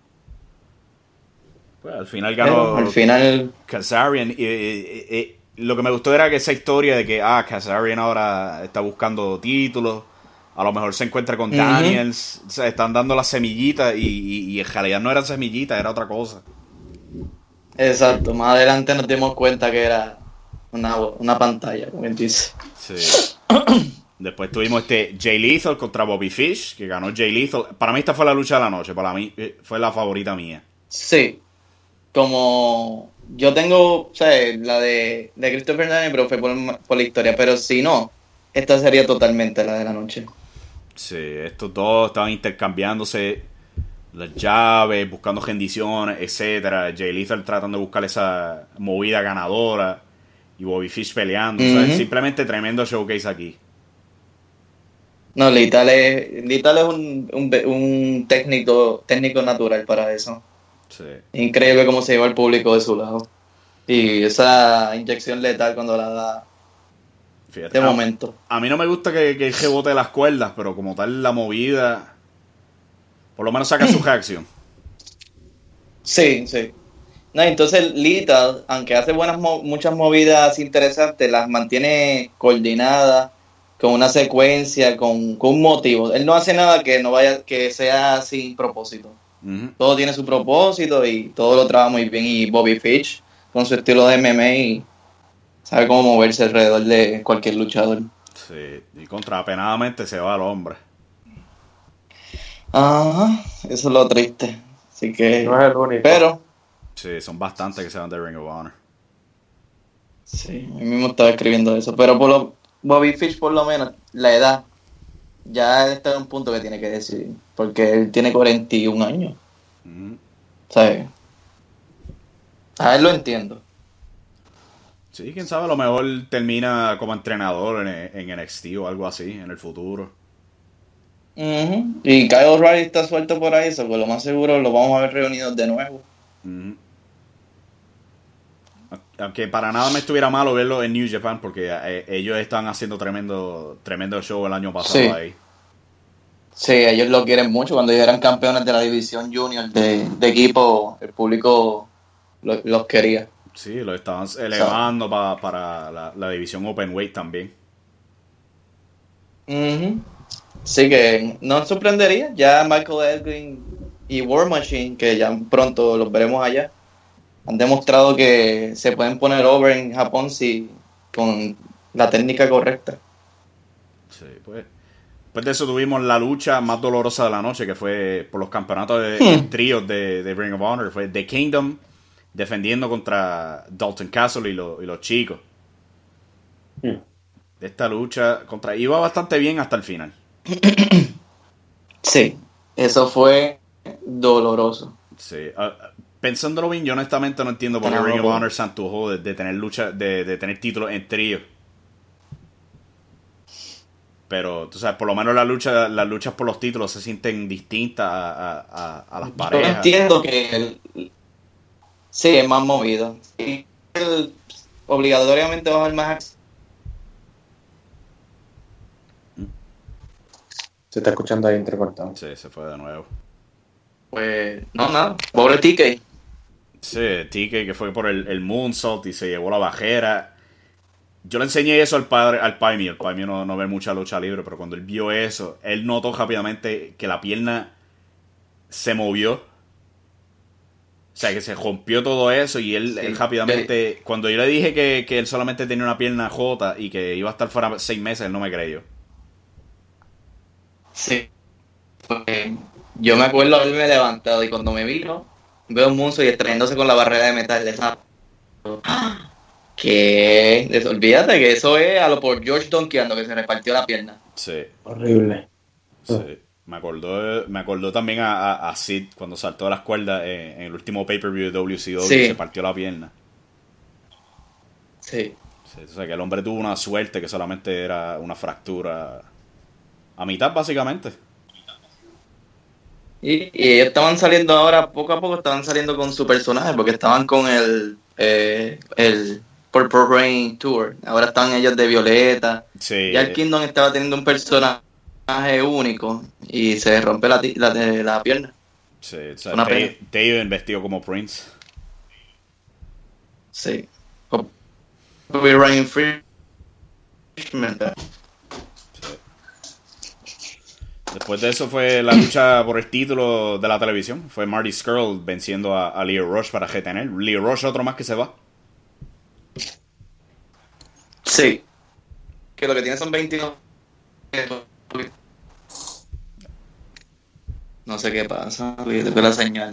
Pues al final ganó Kazarian. Y lo que me gustó era que esa historia de que Kazarian ahora está buscando títulos. A lo mejor se encuentra con Daniels. O sea, están dando las semillitas y en realidad no eran semillitas, era otra cosa. Exacto. Más adelante nos dimos cuenta que era una pantalla, como él dice. Sí. Después tuvimos Jay Lethal contra Bobby Fish, que ganó Jay Lethal. Para mí esta fue la lucha de la noche. Para mí fue la favorita mía. Sí. Como yo tengo, la de Christopher Daniels, pero fue por la historia. Pero si no, esta sería totalmente la de la noche. Sí, estos dos estaban intercambiándose las llaves, buscando rendiciones, etcétera. Jay Lethal tratando de buscar esa movida ganadora y Bobby Fish peleando. O sea, simplemente tremendo showcase aquí. No, Lethal es un técnico natural para eso. Sí. Increíble cómo se lleva el público de su lado. Y esa inyección letal cuando la da. Fíjate, de momento. A mí no me gusta que rebote las cuerdas, pero como tal la movida, por lo menos saca su reacción. Sí. No, entonces Lethal, aunque hace muchas movidas interesantes, las mantiene coordinadas, con una secuencia, con un motivo. Él no hace nada que sea sin propósito. Todo tiene su propósito y todo lo trabaja muy bien. Y Bobby Fish, con su estilo de MMA, sabe cómo moverse alrededor de cualquier luchador. Sí, y contrapenadamente se va al hombre. Ajá, eso es lo triste. Así que... No es el único. Pero... Sí, son bastantes que se van de Ring of Honor. Sí, a mí mismo estaba escribiendo eso. Pero Bobby Fish, por lo menos, la edad, ya está en un punto que tiene que decidir. Porque él tiene 41 años. ¿Sabes? A él lo entiendo. Sí, quién sabe, a lo mejor termina como entrenador en NXT o algo así en el futuro. Y Kyle O'Reilly está suelto por ahí, porque lo más seguro lo vamos a ver reunidos de nuevo. Aunque para nada me estuviera malo verlo en New Japan, porque ellos están haciendo tremendo show el año pasado ahí. Sí, ellos lo quieren mucho. Cuando ellos eran campeones de la división junior de equipo, el público los quería. Sí, lo estaban elevando para la división Openweight también. Sí, que no sorprendería. Ya Michael Elgin y War Machine, que ya pronto los veremos allá, han demostrado que se pueden poner over en Japón con la técnica correcta. Sí, pues. Después de eso tuvimos la lucha más dolorosa de la noche, que fue por los campeonatos de tríos de Ring of Honor. Fue The Kingdom defendiendo contra Dalton Castle y los chicos. Esta lucha iba bastante bien hasta el final. Sí, eso fue doloroso. Sí, pensándolo bien, yo honestamente no entiendo por qué Ring of Honor se antojó de tener lucha, de tener títulos en trío. Pero, tú sabes, por lo menos las luchas por los títulos se sienten distintas a las parejas. Yo entiendo que sí, es más movido. Y obligatoriamente va a haber más. Se está escuchando ahí entrecortado. Sí, se fue de nuevo. Pues, no, nada. Pobre TK. Sí, TK que fue por el moonsault y se llevó la bajera. Yo le enseñé eso al pai mío. El pai mío no ve mucha lucha libre, pero cuando él vio eso, él notó rápidamente que la pierna se movió. O sea, que se rompió todo eso y él rápidamente... Cuando yo le dije que él solamente tenía una pierna jota y que iba a estar fuera 6 meses, él no me creyó. Sí. Porque yo me acuerdo haberme levantado y cuando me vino, veo un Munzo y extrayéndose con la barrera de metal de esa... Que olvídate que eso es a lo por George donkeando que se repartió la pierna. Sí. Horrible. Sí. Me acordó también a Sid cuando saltó de las cuerdas en el último pay-per-view de WCW y se partió la pierna. Sí. O sea que el hombre tuvo una suerte que solamente era una fractura a mitad básicamente. Y ellos estaban saliendo ahora, poco a poco estaban saliendo con su personaje porque estaban con el Purple Rain Tour. Ahora están ellos de Violeta. Sí. Ya el Kingdom estaba teniendo un personaje único y se rompe la pierna. Sí, o sea, Dave vestido como Prince. Sí. Purple Rain Freshman. Después de eso fue la lucha por el título de la televisión. Fue Marty Scurll venciendo a Leo Rush para retener. Leo Rush otro más que se va. Sí. Que lo que tiene son 22. No sé qué pasa. Después la señal.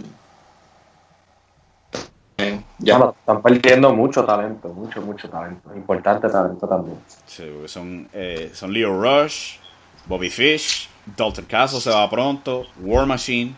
Ya. Bueno, están perdiendo mucho talento. Mucho talento. Importante talento también. Sí, porque son Leo Rush, Bobby Fish, Dalton Castle se va pronto, War Machine.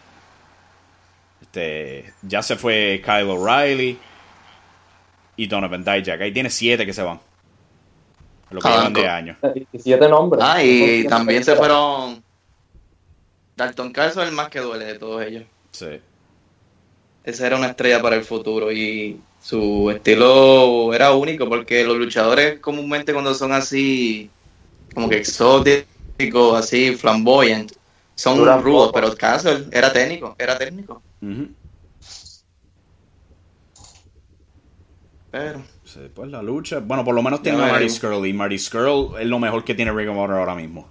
Ya se fue Kyle O'Reilly y Donovan Dijak. Ahí tiene 7 que se van. Lo que llevan de años. 7 nombres. Y también se fueron. Dalton Castle es el más que duele de todos ellos. Sí. Esa era una estrella para el futuro y su estilo era único porque los luchadores comúnmente cuando son así como que exóticos, así flamboyant, son rudos, pero Castle era técnico. Uh-huh. Pero sí, pues la lucha, bueno, por lo menos tiene a Marty Scurll y Marty Scurll es lo mejor que tiene Ring of Honor ahora mismo.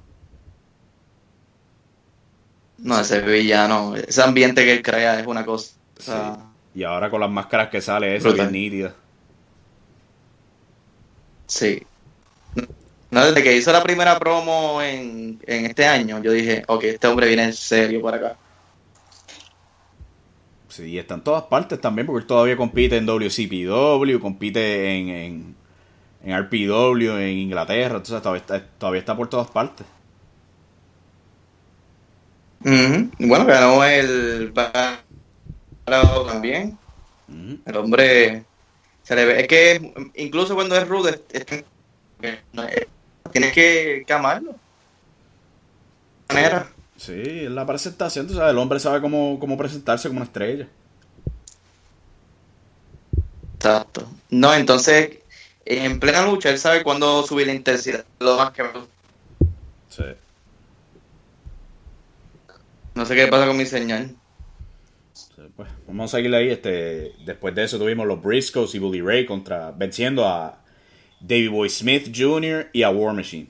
No, ese villano, ese ambiente que él crea es una cosa. Sí. Y ahora con las máscaras que sale, esa bien nítida. Sí. No, desde que hizo la primera promo en este año, yo dije, ok, este hombre viene en serio por acá. Sí, y está en todas partes también, porque él todavía compite en WCPW, compite en RPW, en Inglaterra, entonces todavía está por todas partes. Uh-huh. Bueno, ganó el también. Uh-huh. El hombre se le ve, es que incluso cuando es rudo tienes que amarlo. Manera. Sí, la presentación, tú sabes, el hombre sabe cómo presentarse como una estrella. Exacto. No, entonces en plena lucha él sabe cuándo subir la intensidad, lo más que me gusta. Sí. No sé qué pasa con mi señal. Sí, pues, vamos a seguirle ahí. Después de eso tuvimos los Briscoes y Bully Ray venciendo a Davey Boy Smith Jr. y a War Machine.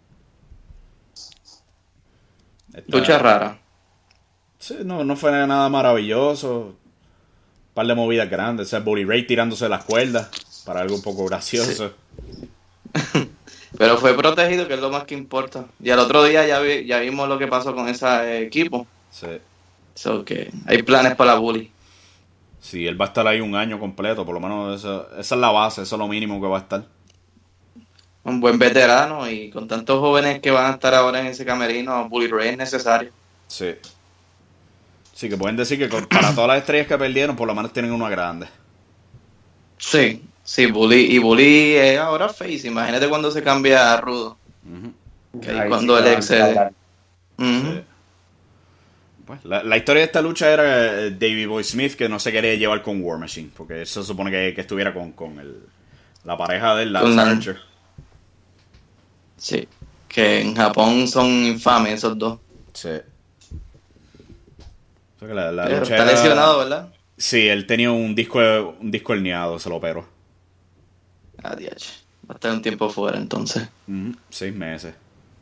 Lucha rara. Sí, no fue nada maravilloso. Un par de movidas grandes. O sea, Bully Ray tirándose de las cuerdas para algo un poco gracioso. Sí. Pero fue protegido, que es lo más que importa. Y al otro día ya vimos lo que pasó con ese equipo. Sí. So que hay planes para la Bully. Sí, él va a estar ahí un año completo. Por lo menos esa es la base. Eso es lo mínimo que va a estar. Un buen veterano y con tantos jóvenes que van a estar ahora en ese camerino, Bully Ray es necesario. Sí. Sí, que pueden decir que para todas las estrellas que perdieron, por lo menos tienen una grande. Sí. Sí, Bully es ahora face. Imagínate cuando se cambia a rudo. Uh-huh. Que ahí cuando él excede. Uh-huh. Sí. Pues, la historia de esta lucha era Davey Boy Smith, que no se quería llevar con War Machine, porque eso se supone que estuviera con la pareja de Lance Archer. Sí, que en Japón son infames esos dos. Sí. O sea que la pero lucha está lesionado, ¿verdad? Sí, él tenía un disco herniado, se lo operó. Adiós. Va a estar un tiempo fuera entonces. 6 meses.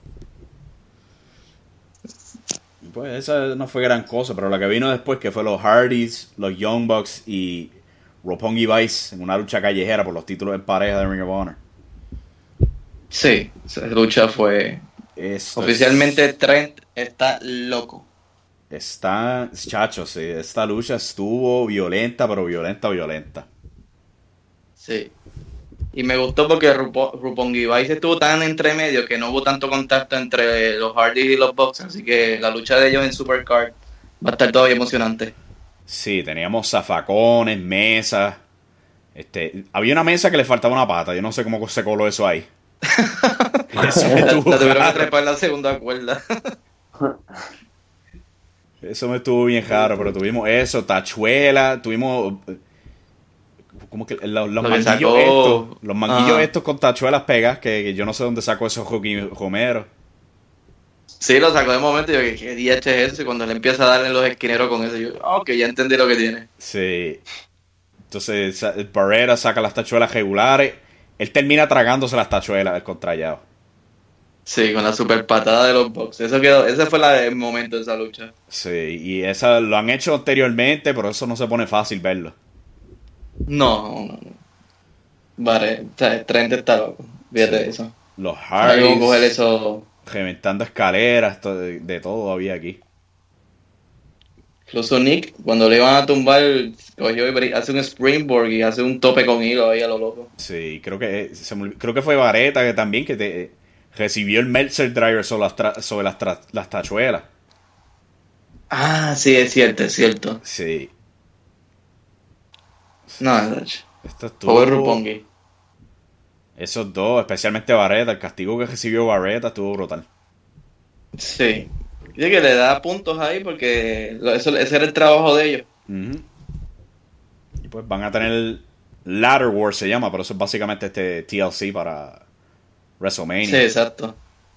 Pues esa no fue gran cosa, pero la que vino después, que fue los Hardys, los Young Bucks y Roppongi Vice en una lucha callejera por los títulos en pareja de Ring of Honor. Sí, esa lucha fue... Oficialmente Trent está loco. Chacho, sí, esta lucha estuvo violenta, pero violenta. Sí. Y me gustó porque Roppongi Vice estuvo tan entre medio que no hubo tanto contacto entre los Hardys y los Bucks, así que la lucha de ellos en Supercard va a estar todavía emocionante. Sí, teníamos zafacones, mesas. Había una mesa que le faltaba una pata, yo no sé cómo se coló eso ahí. Eso me la tuvieron que trepar en la segunda cuerda. Eso me estuvo bien raro, pero tuvimos eso, tachuela, tuvimos... Como que los manguillos estos con tachuelas pegas, que yo no sé dónde sacó eso Joaquín Romero. Sí, lo sacó de momento y yo, ¿qué día es eso? Y cuando le empieza a darle los esquineros con eso, yo, ok, ya entendí lo que tiene. Sí. Entonces, Barrera saca las tachuelas regulares, él termina tragándose las tachuelas del contrallado. Sí, con la super patada de los Bucks. Ese fue el momento de esa lucha. Sí, y esa lo han hecho anteriormente, pero eso no se pone fácil verlo. No. Vale, Trent está loco. Fíjate de eso. Los Hardys coger eso. Reventando escaleras, de todo había aquí. Incluso Nick, cuando le iban a tumbar, cogió y hace un springboard y hace un tope con hilo ahí a lo loco. Sí, creo que fue Vareta que también recibió el Meltzer Driver sobre las tachuelas. Ah, sí, es cierto. Sí. No, esto estuvo... Roppongi. Esos dos, especialmente Vareta, el castigo que recibió Vareta estuvo brutal. Sí. Dice que le da puntos ahí porque ese era el trabajo de ellos. Y pues van a tener Ladder War, se llama, pero eso es básicamente TLC para WrestleMania. Sí, exacto.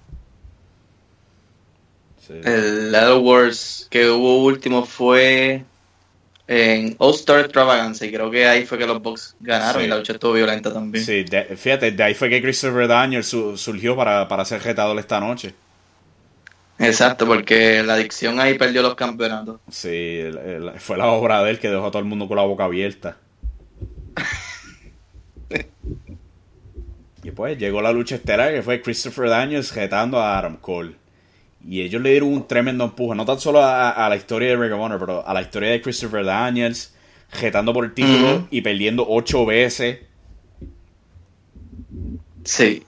Sí. El Ladder Wars que hubo último fue en All Star Extravaganza y creo que ahí fue que los Bucks ganaron y la lucha estuvo violenta también. Sí, fíjate, de ahí fue que Christopher Daniels surgió para ser retador esta noche. Exacto, porque la adicción ahí perdió los campeonatos. Sí, fue la obra de él que dejó a todo el mundo con la boca abierta. Y pues llegó la lucha estelar que fue Christopher Daniels retando a Adam Cole. Y ellos le dieron un tremendo empuje, no tan solo a la historia de Ring of Honor, pero a la historia de Christopher Daniels, retando por el título y perdiendo 8 veces. Sí.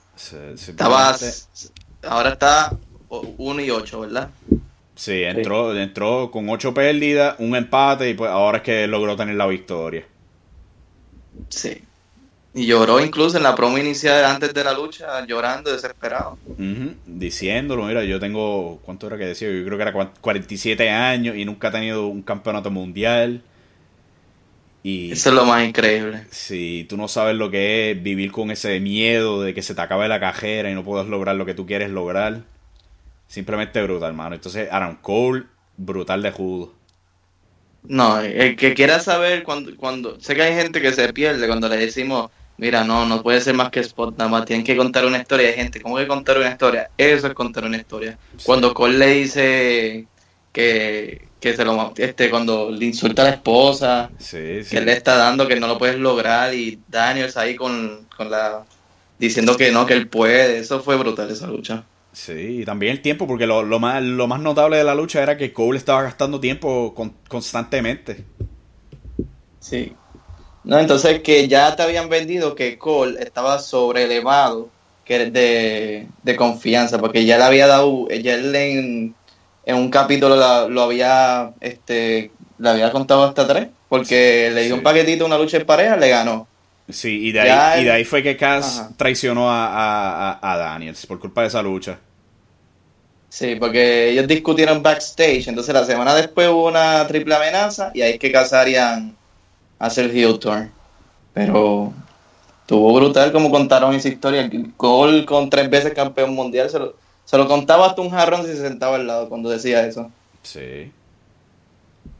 Ahora está 1-8, ¿verdad? Sí, entró con 8 pérdidas, un empate y pues ahora es que logró tener la victoria. Sí. Y lloró incluso en la promo inicial antes de la lucha, llorando, desesperado. Diciéndolo, mira, yo tengo, ¿cuánto era que decía? Yo creo que era 47 años y nunca he tenido un campeonato mundial. Y eso es lo más increíble. Si tú no sabes lo que es vivir con ese miedo de que se te acabe la carrera y no puedas lograr lo que tú quieres lograr, simplemente brutal, hermano. Entonces, Adam Cole, brutal de judo. No, el que quiera saber cuando sé que hay gente que se pierde cuando le decimos, mira, no puede ser más que spot, nada más tienen que contar una historia. Hay gente, ¿cómo que contar una historia? Eso es contar una historia. Sí. Cuando Cole le dice que se lo cuando le insulta a la esposa, que él le está dando que no lo puedes lograr y Daniels ahí con la diciendo que no, que él puede, eso fue brutal esa lucha. Sí, y también el tiempo, porque lo más notable de la lucha era que Cole estaba gastando tiempo constantemente. Sí. No, entonces que ya te habían vendido que Cole estaba sobrelevado, que de confianza, porque ya le había dado, ya él en un capítulo lo había le contado hasta 3, porque le dio un paquetito, una lucha en pareja, le ganó. Sí, y de ahí fue que Cass traicionó a Daniels por culpa de esa lucha. Sí, porque ellos discutieron backstage, entonces la semana después hubo una triple amenaza y ahí es que Cass harían hacer el heel turn. Pero estuvo brutal como contaron esa historia. Cole con 3 veces campeón mundial se lo contaba hasta un jarrón si se sentaba al lado cuando decía eso. Sí.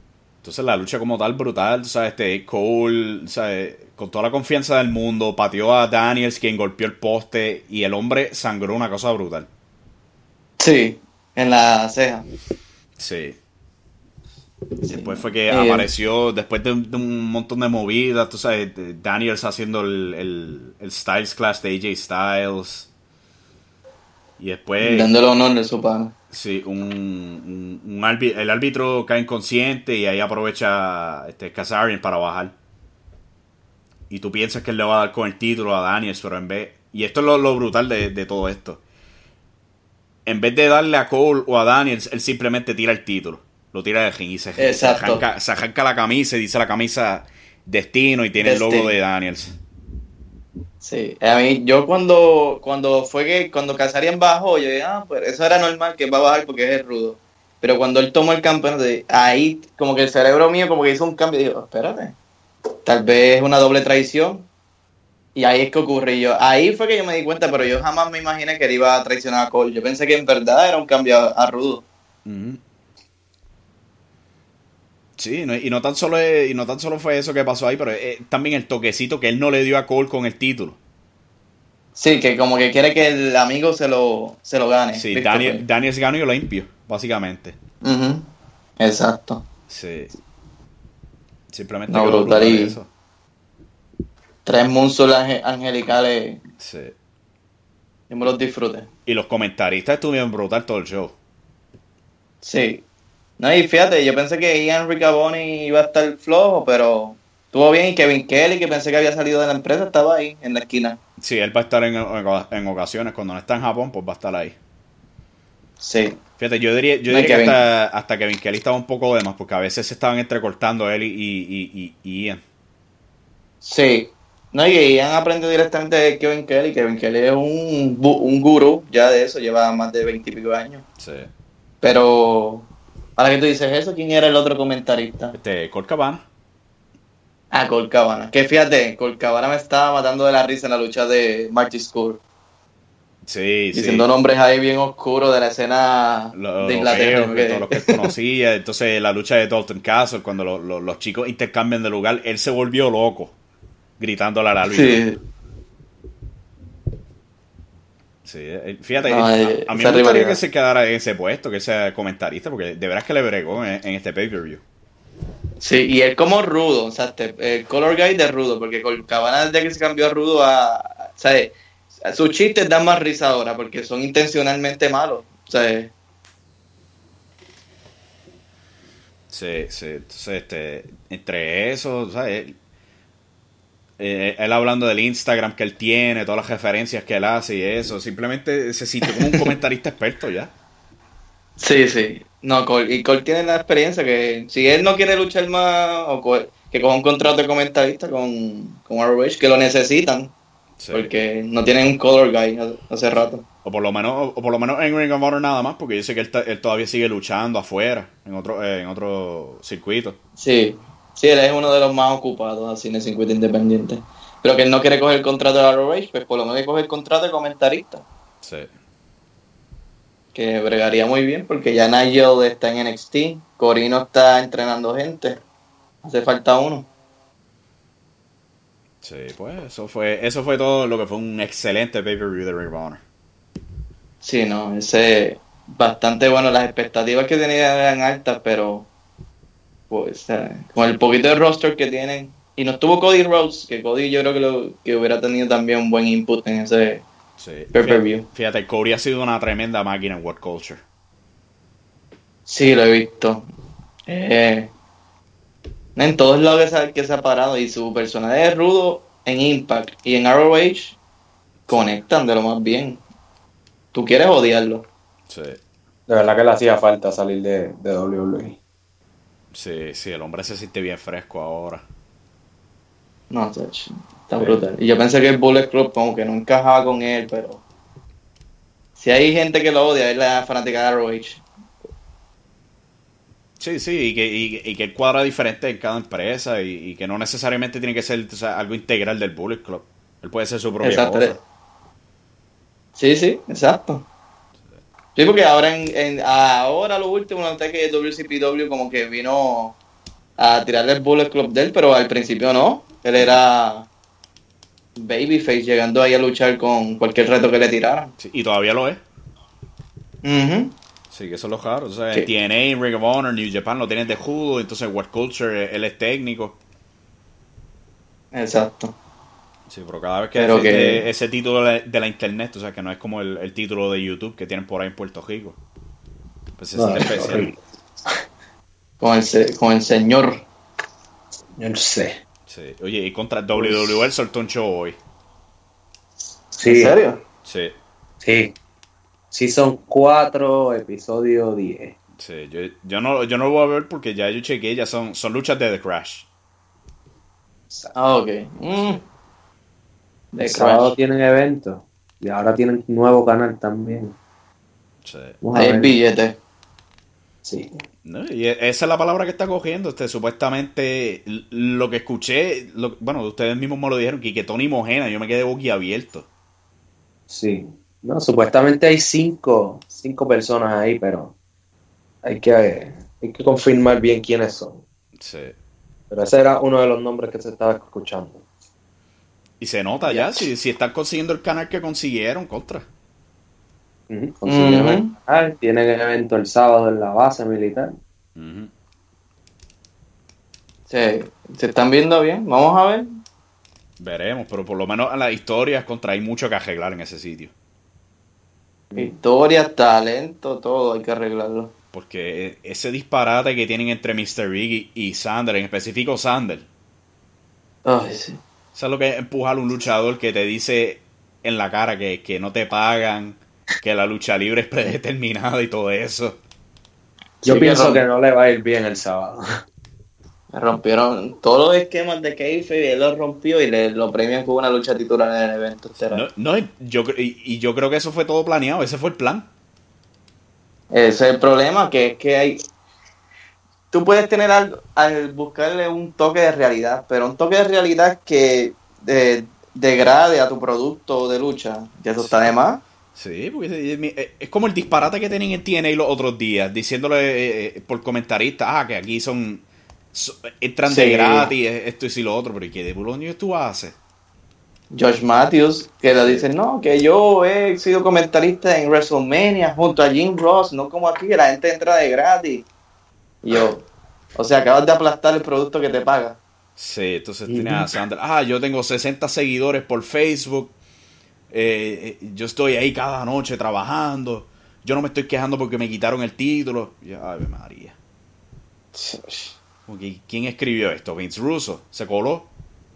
Entonces la lucha como tal brutal, ¿sabes? Cole, ¿sabes? Con toda la confianza del mundo, pateó a Daniels, quien golpeó el poste, y el hombre sangró una cosa brutal. Sí, en la ceja. Sí. Después fue que apareció, después de un montón de movidas, tú sabes, Daniels haciendo el Styles Clash de AJ Styles. Y después... dándole honor de su pana. Sí, el árbitro cae inconsciente y ahí aprovecha Kazarian para bajar. Y tú piensas que él le va a dar con el título a Daniels, pero en vez... Y esto es lo brutal de todo esto. En vez de darle a Cole o a Daniels, él simplemente tira el título. Lo tira de ring y se arranca la camisa y dice la camisa Destino y tiene el logo de Daniels. Sí, a mí, yo cuando Kazarian bajó, yo dije, pues eso era normal que va a bajar porque es el rudo. Pero cuando él tomó el campeonato, ahí como que el cerebro mío como que hizo un cambio y digo, espérate, tal vez es una doble traición. Y ahí es que ocurrió. Ahí fue que yo me di cuenta, pero yo jamás me imaginé que él iba a traicionar a Cole. Yo pensé que en verdad era un cambio a rudo. Mm-hmm. Sí, y no tan solo fue eso que pasó ahí, pero también el toquecito que él no le dio a Cole con el título. Sí, que como que quiere que el amigo se lo gane. Sí, Daniels ganó y limpio, básicamente. Uh-huh. Exacto. Sí. Simplemente no, brutal eso. 3 moonsaults angelicales. Sí. Yo me los disfruté. Y los comentaristas estuvieron brutal todo el show. Sí. No, y fíjate, yo pensé que Ian Riccaboni iba a estar flojo, pero estuvo bien. Y Kevin Kelly, que pensé que había salido de la empresa, estaba ahí, en la esquina. Sí, él va a estar en ocasiones. Cuando no está en Japón, pues va a estar ahí. Sí. Fíjate, yo diría que hasta Kevin Kelly estaba un poco de más, porque a veces se estaban entrecortando él y Ian. Sí. No, y Ian aprendió directamente de Kevin Kelly. Kevin Kelly es un gurú ya de eso, lleva más de 20 y pico años. Sí. Pero... ahora que tú dices eso, ¿quién era el otro comentarista? Colt Cabana. Colt Cabana. Que fíjate, Colt Cabana me estaba matando de la risa en la lucha de Marty Scurll. Sí, diciendo nombres ahí bien oscuros de la escena de Inglaterra. Todos los que él conocía. Entonces, la lucha de Dalton Castle, cuando los chicos intercambian de lugar, él se volvió loco, gritándole al árbitro. Sí. Sí, fíjate, a mí me gustaría que se quedara en ese puesto, que sea comentarista, porque de veras que le bregó en este pay-per-view. Sí, y él como rudo, o sea, el color guy de rudo, porque con Cabana desde que se cambió a rudo ¿sabes? Sus chistes dan más risa ahora, porque son intencionalmente malos, ¿sabes? Sí, entonces, entre eso, ¿sabes? Él hablando del Instagram que él tiene, todas las referencias que él hace y eso, simplemente se sintió como un comentarista experto ya. Sí. No, Cole tiene la experiencia que si él no quiere luchar más, que coja un contrato de comentarista con ROH, que lo necesitan, sí. Porque no tienen un color guy hace rato. O por lo menos en Ring of Honor nada más, porque yo sé que él todavía sigue luchando afuera, en otro circuito. Sí, él es uno de los más ocupados así en el circuito independiente. Pero que él no quiere coger el contrato de ROH, pues por lo menos que coge el contrato de comentarista. Sí. Que bregaría muy bien, porque ya Nigel está en NXT, Corino está entrenando gente. Hace falta uno. Sí, pues eso fue todo lo que fue un excelente pay-per-view de Ring of Honor. Sí, no, ese bastante bueno. Las expectativas que tenía eran altas, pero pues con el poquito de roster que tienen, y no estuvo Cody Rhodes, que Cody yo creo que hubiera tenido también un buen input en ese pay-per-view. Fíjate, Cody ha sido una tremenda máquina en World Culture. Sí, lo he visto. En todos lados que se ha parado, y su personaje es rudo en Impact y en ROH conectan de lo más bien. Tú quieres odiarlo. Sí. De verdad que le hacía falta salir de WWE. Sí, el hombre se siente bien fresco ahora. No, está brutal. Y yo pensé que el Bullet Club como que no encajaba con él, pero si hay gente que lo odia, es la fanática de ROH. Sí, y que él cuadra diferente en cada empresa y que no necesariamente tiene que ser, o sea, algo integral del Bullet Club. Él puede ser su propia cosa. Sí, exacto. Sí, porque ahora ahora lo último, noté que WCPW como que vino a tirarle el Bullet Club de él, pero al principio no. Él era babyface, llegando ahí a luchar con cualquier reto que le tiraran. Sí, y todavía lo es. Sí, que eso es lo raro. O sea, sí. TNA, Ring of Honor, New Japan lo tienen de judo, entonces World Culture, él es técnico. Exacto. Sí, pero cada vez que ese título de la internet, o sea, que no es como el título de YouTube que tienen por ahí en Puerto Rico. Pues es especial. Con el señor. Yo no sé. Sí. Oye, y contra WWE soltó un show hoy. Sí. ¿En serio? Sí. Sí. Season 4, episodio 10. Sí, yo no lo voy a ver porque ya yo chequeé, ya son luchas de The Crash. Ah, ok. El sábado tienen eventos. Y ahora tienen un nuevo canal también. Sí. Hay billetes. Sí. No, y esa es la palabra que está cogiendo. Supuestamente, lo que escuché, bueno, ustedes mismos me lo dijeron, que Tony Mojena, yo me quedé boquiabierto. Sí. No, supuestamente hay cinco personas ahí, pero hay que confirmar bien quiénes son. Sí. Pero ese era uno de los nombres que se estaba escuchando. Y se nota ya, si están consiguiendo el canal que consiguieron, contra. Consiguieron el canal, tienen el evento el sábado en la base militar. Se están viendo bien, vamos a ver. Veremos, pero por lo menos en las historias hay mucho que arreglar en ese sitio. Historias, talento, todo hay que arreglarlo. Porque ese disparate que tienen entre Mr. Big y Sander, en específico Sander. Ay, sí. ¿Sabes lo que es empujar a un luchador que te dice en la cara que no te pagan, que la lucha libre es predeterminada y todo eso? Yo pienso que no le va a ir bien el sábado. Rompieron todos los esquemas de kayfabe, él los rompió y lo premian con una lucha titular en el evento. Yo creo que eso fue todo planeado, ese fue el plan. Ese es el problema, que es que hay... Tú puedes tener al buscarle un toque de realidad, pero un toque de realidad que degrade a tu producto de lucha, que eso está de más. Sí, porque es como el disparate que tenían en TNA los otros días, diciéndole por comentaristas, que aquí entran de gratis, esto y si lo otro, pero ¿y qué de Bulonio tú haces? Josh Matthews, que le dicen, no, que yo he sido comentarista en WrestleMania junto a Jim Ross, no como aquí, que la gente entra de gratis. Y o sea, acabas de aplastar el producto que te paga. Sí, entonces tienes a Sandra, yo tengo 60 seguidores por Facebook, yo estoy ahí cada noche trabajando, yo no me estoy quejando porque me quitaron el título. Y, Ave María. Okay, ¿quién escribió esto? Vince Russo, ¿se coló?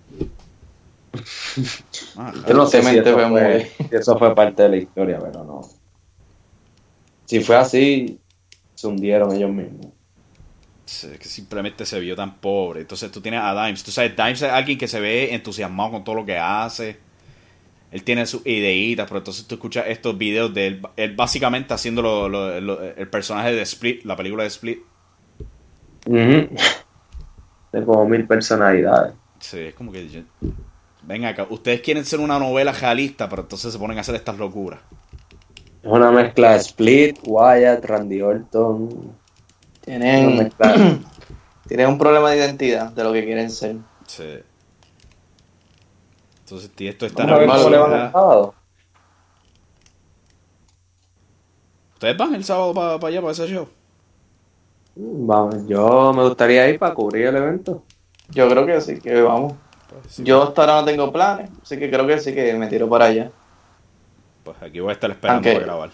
Yo no sé si eso fue parte de la historia, pero no. Si fue así, se hundieron ellos mismos. Sí, que simplemente se vio tan pobre. Entonces tú tienes a Dimes. Tú sabes, Dimes es alguien que se ve entusiasmado con todo lo que hace. Él tiene sus ideitas, pero entonces tú escuchas estos videos de él básicamente haciendo el personaje de Split, la película de Split. De como 1000 personalidades. Sí, es como que venga acá, ustedes quieren ser una novela realista, pero entonces se ponen a hacer estas locuras. Es una mezcla de Split, Wyatt, Randy Orton. Tienen un problema de identidad de lo que quieren ser. Sí. Entonces, esto está ¿Cómo le van el sábado? ¿Ustedes van el sábado para allá, para ese show? Vamos, yo me gustaría ir para cubrir el evento. Yo creo que sí, que vamos. Pues sí. Yo hasta ahora no tengo planes, así que creo que sí, que me tiro para allá. Pues aquí voy a estar esperando para grabar.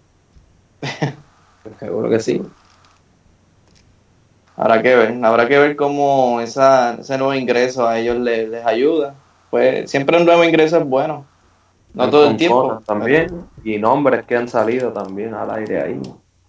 Seguro que sí. Habrá que ver cómo ese nuevo ingreso a ellos les ayuda. Pues siempre un nuevo ingreso es bueno. No todo el tiempo. También. Y nombres que han salido también al aire ahí.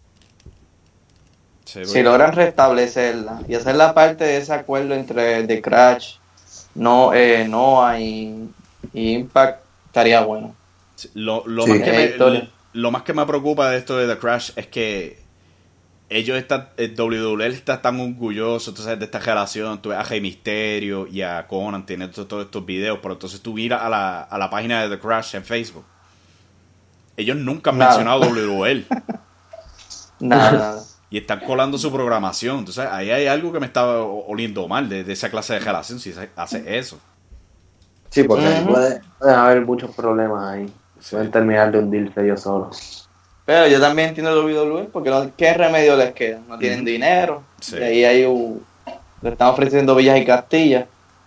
Sí, si logran restablecerla y hacer la parte de ese acuerdo entre The Crash, Noah y Impact, estaría bueno. Sí, lo más que me preocupa de esto de The Crash es que ellos WWE está tan orgulloso, entonces, de esta relación. Tú ves a Rey Mysterio y a Conan tienen todos estos videos, pero entonces tú miras a la página de The Crash en Facebook. Ellos nunca han mencionado WWE. Nada. y están colando su programación. Entonces ahí hay algo que me está oliendo mal de esa clase de relación si se hace eso. Sí, porque puede haber muchos problemas ahí. Pueden terminar de hundirse ellos solos. Pero yo también entiendo el WWE porque ¿qué remedio les queda? No tienen dinero. Sí. Y ahí hay le están ofreciendo villas y castillas.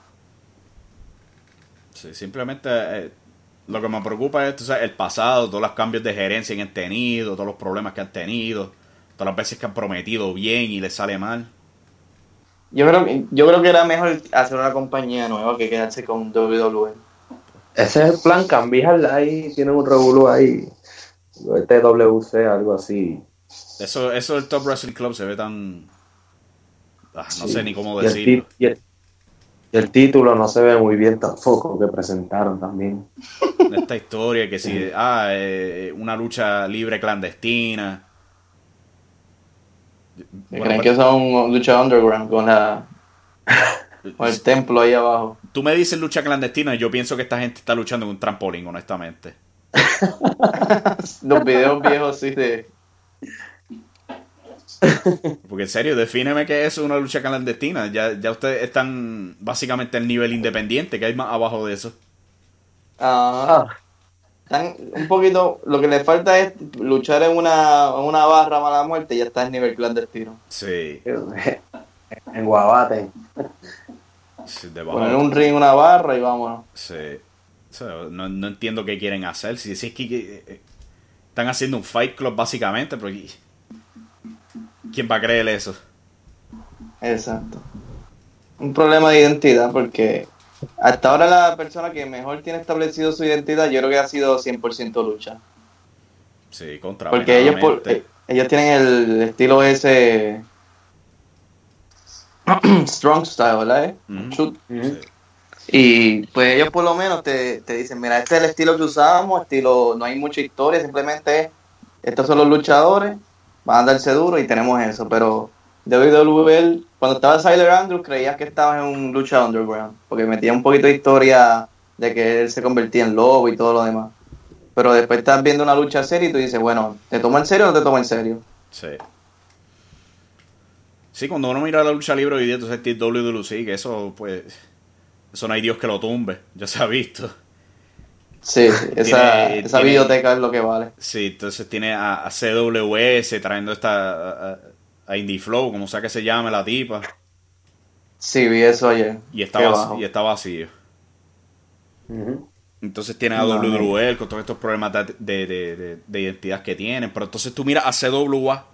Sí, simplemente lo que me preocupa es el pasado, todos los cambios de gerencia que han tenido, todos los problemas que han tenido, todas las veces que han prometido bien y les sale mal. Yo creo que era mejor hacer una compañía nueva que quedarse con WWE. Ese es el plan, cambiar ahí, tienen un revolú ahí, TWC, algo así. Eso del Top Wrestling Club se ve tan... no sé ni cómo decirlo. Y el título no se ve muy bien tampoco, que presentaron también. Esta historia que si... una lucha libre clandestina. Creen que son lucha underground con el templo ahí abajo. Tú me dices lucha clandestina y yo pienso que esta gente está luchando en un trampolín, honestamente. Los videos viejos sí de... Porque en serio, defíneme qué es una lucha clandestina. Ya ustedes están básicamente en el nivel independiente, que hay más abajo de eso. Están un poquito, lo que les falta es luchar en una barra mala muerte y ya está en nivel clandestino. Sí. En Guabate. Sí, poner un ring, una barra y vámonos. Sí. O sea, no entiendo qué quieren hacer. Si es que están haciendo un Fight Club básicamente, pero ¿quién va a creer eso? Exacto. Un problema de identidad porque hasta ahora la persona que mejor tiene establecido su identidad yo creo que ha sido 100% lucha. Sí, contra. Porque ellos tienen el estilo ese strong style, ¿verdad? Shoot. Sí. Y pues ellos por lo menos te dicen, mira, este es el estilo que usamos, no hay mucha historia, simplemente estos son los luchadores, van a darse duro y tenemos eso, pero WWE, cuando estaba Tyler Andrews creías que estabas en un lucha underground, porque metía un poquito de historia de que él se convertía en lobo y todo lo demás. Pero después estás viendo una lucha seria y tú dices, bueno, ¿te tomo en serio o no te tomo en serio? Sí. Sí, cuando uno mira la lucha libre hoy día, entonces el WWC, que eso, pues, eso no hay Dios que lo tumbe, ya se ha visto. Sí, esa biblioteca es lo que vale. Sí, entonces tiene a CWS trayendo a Indie Flow, como sea que se llame la tipa. Sí, vi eso ayer. Y está vacío. Uh-huh. Entonces tiene a WWL con todos estos problemas de identidad que tienen. Pero entonces tú miras a CWA,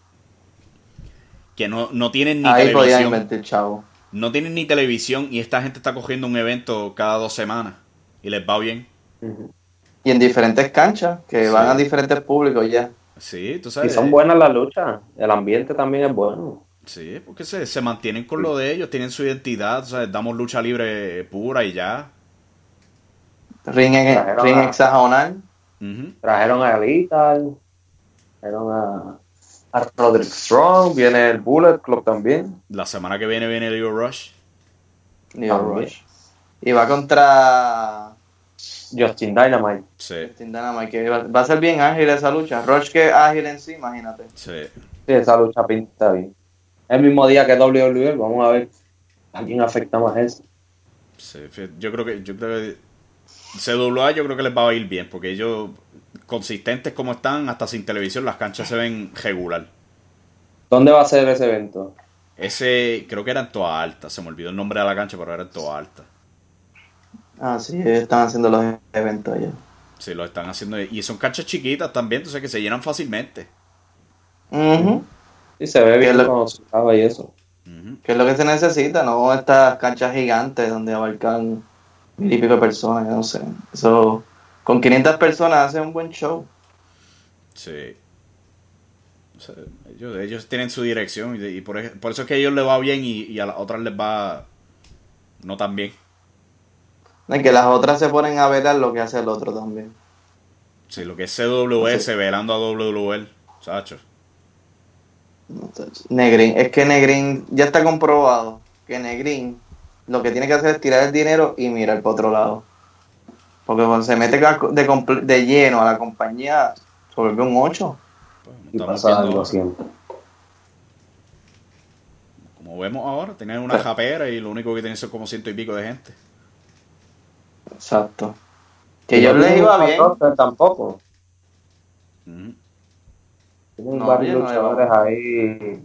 que no tienen ni ahí televisión. Invertir, chavo. No tienen ni televisión y esta gente está cogiendo un evento cada 2 semanas y les va bien. Uh-huh. Y en diferentes canchas, que van a diferentes públicos ya. Sí, tú sabes. Y son buenas las luchas, el ambiente también es bueno. Sí, porque se mantienen con lo de ellos, tienen su identidad, o sea, damos lucha libre pura y ya. Ring hexagonal. Uh-huh. Trajeron a Lethal, trajeron a Roderick Strong, viene el Bullet Club también. La semana que viene Leo Rush. Y va contra Justin Dynamite. Sí. Justin Dynamite, que va a ser bien ágil esa lucha. Rush que ágil en sí, imagínate. Sí, esa lucha pinta bien. El mismo día que WWE, vamos a ver a quién afecta más eso. Sí, yo creo que CWA yo creo que les va a ir bien, porque ellos, consistentes como están, hasta sin televisión, las canchas se ven regular. ¿Dónde va a ser ese evento? Ese, creo que era en Toa Alta, se me olvidó el nombre de la cancha, pero era en Toa Alta. Ah, sí, ellos están haciendo los eventos allá. Sí, lo están haciendo, y son canchas chiquitas también, entonces que se llenan fácilmente. Uh-huh. Y se ve bien cuando se acaba y eso. Uh-huh. Que es lo que se necesita, no estas canchas gigantes donde abarcan 1000 y pico de personas, no sé. Eso, con 500 personas hacen un buen show. Sí. O sea, ellos tienen su dirección y por eso es que a ellos les va bien y a las otras les va no tan bien. Y que las otras se ponen a velar lo que hace el otro también. Sí, lo que es CWS velando a WWL, chacho. Negrín, es que Negrín ya está comprobado que Negrín lo que tiene que hacer es tirar el dinero y mirar para otro lado. Porque cuando se mete de lleno a la compañía, se vuelve un 8. Y pasa algo siempre. Como vemos ahora, tienen una japera y lo único que tienen son como 100 y pico de gente. Exacto. Que yo les iba bien. Tampoco. Uh-huh. Tienen varios luchadores ahí.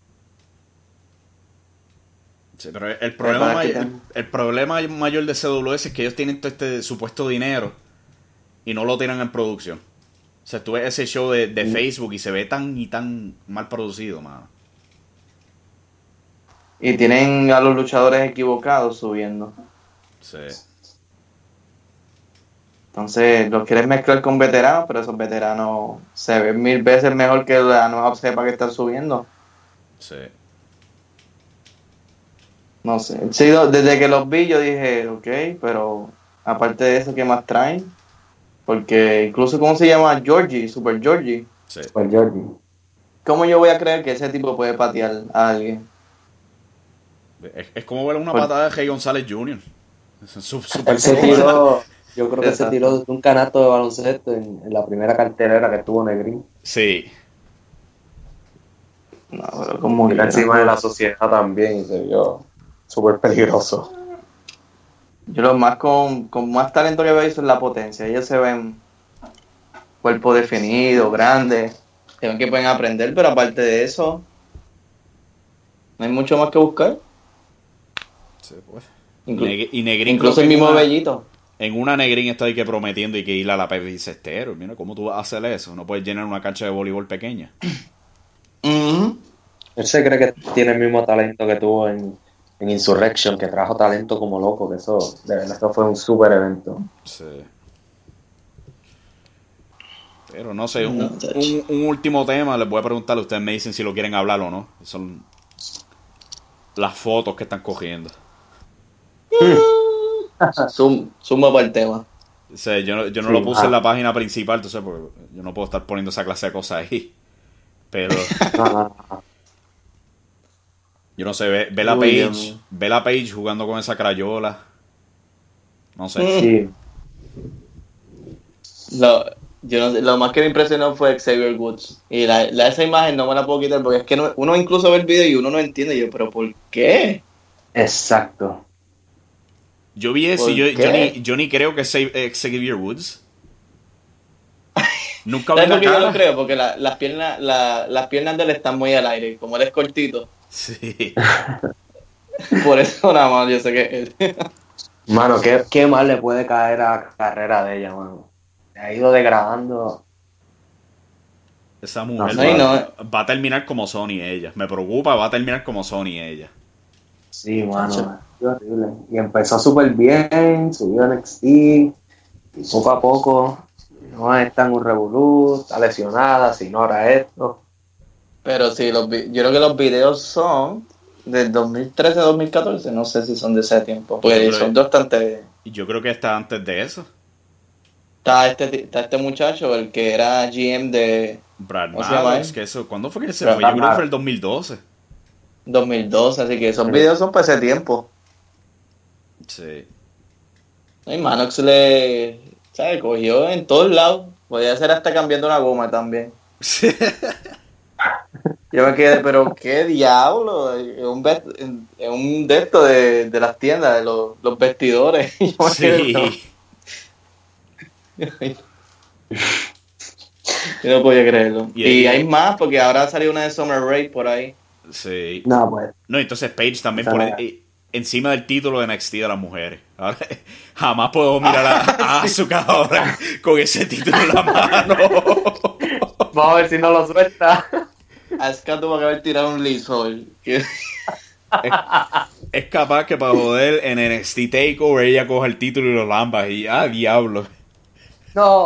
Sí, pero el problema mayor de CWS es que ellos tienen todo este supuesto dinero y no lo tienen en producción. O sea, tú ves ese show de Facebook y se ve tan mal producido, mano. Y tienen a los luchadores equivocados subiendo. Sí. Entonces, los quieres mezclar con veteranos, pero esos veteranos se ven 1000 veces mejor que la nueva cepa que están subiendo. Sí. No sé. Sí, desde que los vi yo dije, ok, pero aparte de eso, ¿qué más traen? Porque incluso, ¿cómo se llama? Super Georgie. Sí. Super Georgie. ¿Cómo yo voy a creer que ese tipo puede patear a alguien? Es como ver una patada de Rey González Jr. Él se tiró, yo creo que se tiró desde un canasto de baloncesto en la primera cartelera que tuvo Negrín. Sí. No, pero como que encima de la sociedad también y se vio súper peligroso. Yo lo más con más talento que veo es la potencia. Ellos se ven cuerpo definido, grande, se ven que pueden aprender, pero aparte de eso, no hay mucho más que buscar. Sí, pues. Y Negrín, incluso el mismo Bellito. En una Negrín está ahí que prometiendo y que ir a la Pepsi Cestero. Mira, ¿cómo tú vas a hacer eso? No puedes llenar una cancha de voleibol pequeña. Uh-huh. Él se cree que tiene el mismo talento que tuvo en Insurrection, que trajo talento como loco, que eso, de verdad, eso fue un súper evento. Sí. Pero no sé, un último tema, les voy a preguntar, ustedes me dicen si lo quieren hablar o no. Son las fotos que están cogiendo. Suma para el tema. O sea, yo no lo puse en la página principal, entonces porque yo no puedo estar poniendo esa clase de cosas ahí. Pero yo no sé, ve la Page jugando con esa crayola. No sé. Sí. Lo más que me impresionó fue Xavier Woods. Y esa imagen no me la puedo quitar porque es que uno incluso ve el video y uno no entiende. Yo, ¿pero por qué? Exacto. Yo vi eso y yo ni creo que es Xavier Woods. Nunca vi la cara. Yo no creo porque las piernas de él están muy al aire. Como él es cortito. Sí. Por eso nada más yo sé que él. Mano, ¿qué mal le puede caer a la carrera de ella, mano? Se ha ido degradando. Esa mujer va a terminar como Sony ella. Me preocupa, va a terminar como Sony ella. Sí, mano, qué horrible. Y empezó súper bien, subió a NXT, y poco a poco no está en un revolú, está lesionada, se ignora esto. Pero sí, yo creo que los videos son del 2013-2014, no sé si son de ese tiempo, porque son bastante... Yo creo que está antes de eso. Está este muchacho, el que era GM de... Brad Maddox, que eso, ¿cuándo fue que se fue? Yo creo que fue el 2012. 2012, así que esos videos son para ese tiempo. Sí. Y Manox ¿sabes? Cogió en todos lados. Podía ser hasta cambiando una goma también. Yo me quedé, pero qué diablo. Es un de esto de las tiendas, de los vestidores. Sí. Yo no podía creerlo. Y hay más, porque ahora salió una de Summer Rae por ahí. Sí. No, pues. No, entonces Paige también pone encima del título de NXT de las mujeres. Ahora, jamás puedo mirar a Asuka ahora con ese título en la mano. Vamos a ver si no lo suelta. Asuka tuvo que haber tirado un lisol. Es capaz que para joder en NXT TakeOver ella coja el título y lo lamba y diablo. No.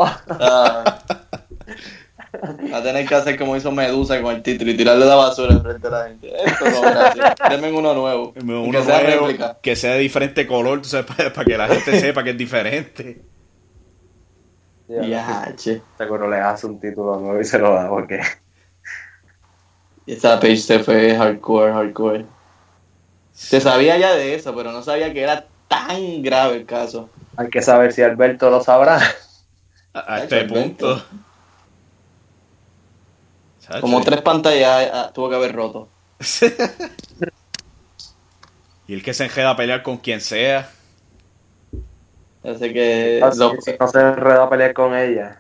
Va a tener que hacer como hizo Medusa con el título y tirarle la basura enfrente a la gente. Esto no, gracias. Denme uno nuevo. Que sea de diferente color, tú sabes, para que la gente sepa que es diferente. Ya, che. Seguro le hace un título nuevo y se lo da porque... Esa Page se fue hardcore. Se sabía ya de eso, pero no sabía que era tan grave el caso. Hay que saber si Alberto lo sabrá. A este punto. Como 3 pantallas tuvo que haber roto. Y el que se enreda a pelear con quien sea. Así que... No se enredó a pelear con ella.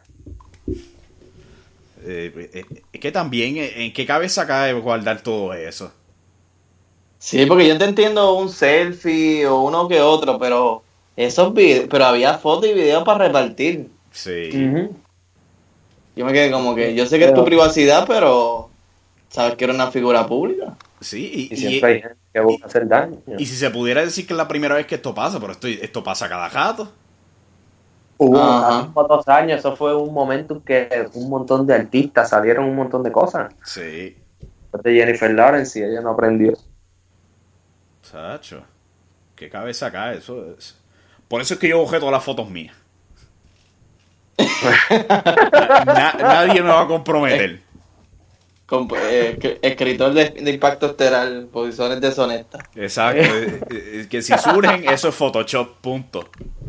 Es que también, ¿en qué cabeza cae guardar todo eso? Sí, porque yo te entiendo un selfie o uno que otro, pero pero había fotos y videos para repartir. Sí. Yo me quedé como que, yo sé que es tu privacidad, pero sabes que era una figura pública. Sí, Y siempre hay gente que busca hacer daño. Y si se pudiera decir que es la primera vez que esto pasa, pero esto pasa cada rato. Hubo hace 2 años, eso fue un momento en que un montón de artistas salieron un montón de cosas. Sí. Después de Jennifer Lawrence y ella no aprendió. Sacho, qué cabeza cae eso. Por eso es que yo bajé todas las fotos mías. Nadie me va a comprometer. Escritor de Impacto Estelar, posiciones deshonestas. Exacto. Que si surgen, eso es Photoshop, punto.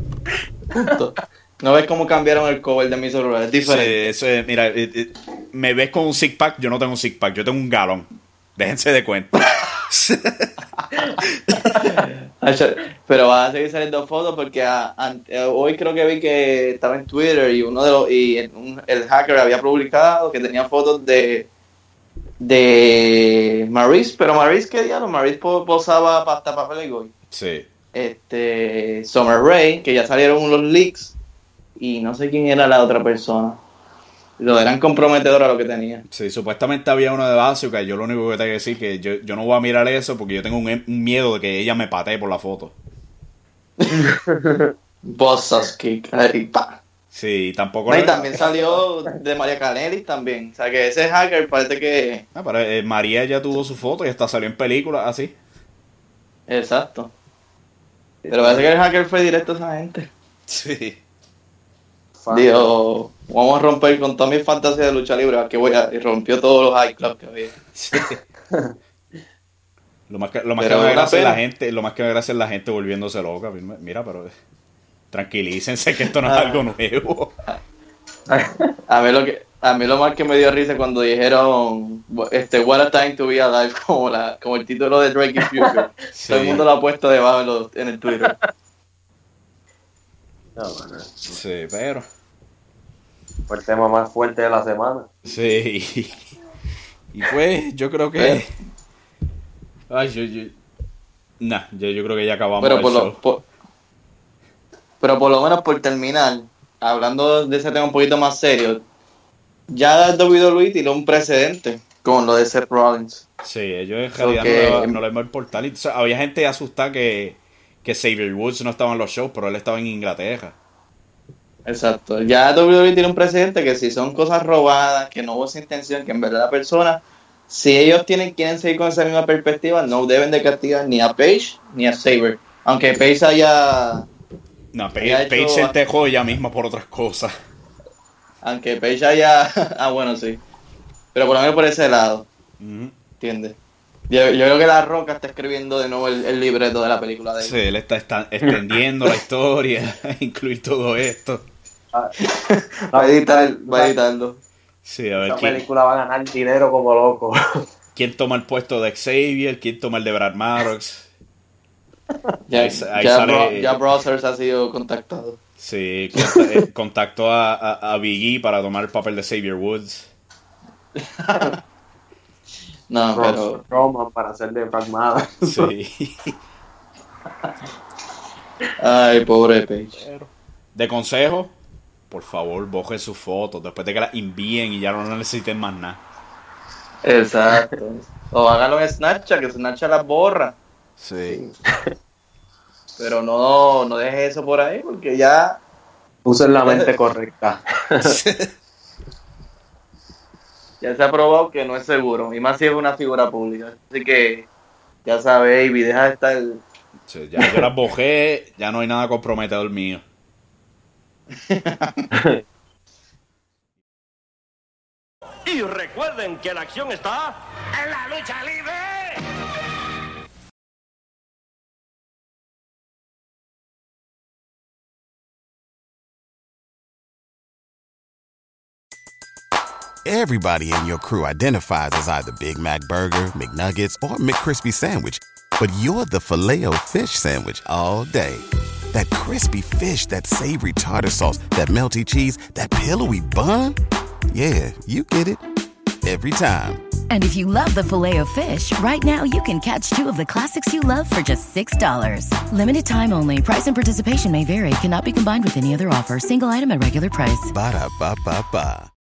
¿No ves cómo cambiaron el cover de mi celular? Es diferente. Sí, eso es, mira, me ves con un six pack, yo no tengo un six pack, yo tengo un galón. Déjense de cuenta. Pero vas a seguir saliendo fotos porque hoy creo que vi que estaba en Twitter y el hacker había publicado que tenía fotos de Maurice, pero Maurice, ¿qué diablo? Maurice posaba hasta para Playboy. Sí. Summer Rae, que ya salieron unos leaks y no sé quién era la otra persona. Lo eran comprometedora lo que tenía. Sí, supuestamente había uno de Bazooka. Yo lo único que tengo que decir que yo no voy a mirar eso porque yo tengo un miedo de que ella me patee por la foto. Bossas kick. Ahí, pa. Sí, tampoco. No, y también salió de María Canelli también. O sea que ese hacker parece que. Pero María ya tuvo su foto y hasta salió en películas así. Exacto. Pero parece que el hacker fue directo a esa gente. Sí. Dijo, vamos a romper con todas mis fantasías de lucha libre, y rompió todos los iClubs que había. Sí. Lo más que me da gracia es la gente volviéndose loca. Mira, pero tranquilícense que esto no es algo nuevo. A mí lo más que me dio risa cuando dijeron What a Time to Be Alive como el título de Drake y Future. Sí. Todo el mundo lo ha puesto debajo en el Twitter. Sí, pero fue el tema más fuerte de la semana. Sí. Y pues yo creo que yo creo que ya acabamos pero el show. Pero por lo menos por terminar, hablando de ese tema un poquito más serio, ya WWE tiró un precedente con lo de Seth Rollins. Sí, ellos en realidad no le va a importar. O sea, había gente asustada que Xavier Woods no estaba en los shows, pero él estaba en Inglaterra. Exacto. Ya WWE tiene un precedente que si son cosas robadas, que no hubo esa intención, que en verdad la persona, si ellos quieren seguir con esa misma perspectiva, no deben de castigar ni a Paige ni a Saber. Aunque Paige haya... No, Paige se dejó ya mismo por otras cosas. Aunque Paige haya... bueno, sí. Pero por lo menos por ese lado. ¿Entiendes? Yo creo que La Roca está escribiendo de nuevo el libreto de la película de él. Sí, él está extendiendo la historia, incluir todo esto. Va a editarlo. Sí, a ver esta película va a ganar dinero como loco. ¿Quién toma el puesto de Xavier? ¿Quién toma el de Brad Maddox? Ya Brothers ha sido contactado. Sí, contactó a Big E para tomar el papel de Xavier Woods. No, pero... Roman para hacer de Brad Maddox. Sí. Ay, pobre Paige. De consejo, por favor, bojen sus fotos después de que las envíen y ya no necesiten más nada. Exacto. O háganlo en Snapchat, que Snapchat las borra. Sí. Pero no dejes eso por ahí, porque ya... Usen la mente correcta. Ya se ha probado que no es seguro, y más si es una figura pública. Así que, ya sabéis, Baby, deja de estar... Sí, ya yo las bojé, ya no hay nada comprometedor mío. Y recuerden que la acción está en la lucha libre. Everybody in your crew identifies as either Big Mac Burger, McNuggets, or McCrispy Sandwich. but you're the Filet-O-Fish Sandwich all day. That crispy fish, that savory tartar sauce, that melty cheese, that pillowy bun. Yeah, you get it. Every time. And if you love the Filet-O-Fish, right now you can catch 2 of the classics you love for just $6. Limited time only. Price and participation may vary. Cannot be combined with any other offer. Single item at regular price. Ba-da-ba-ba-ba.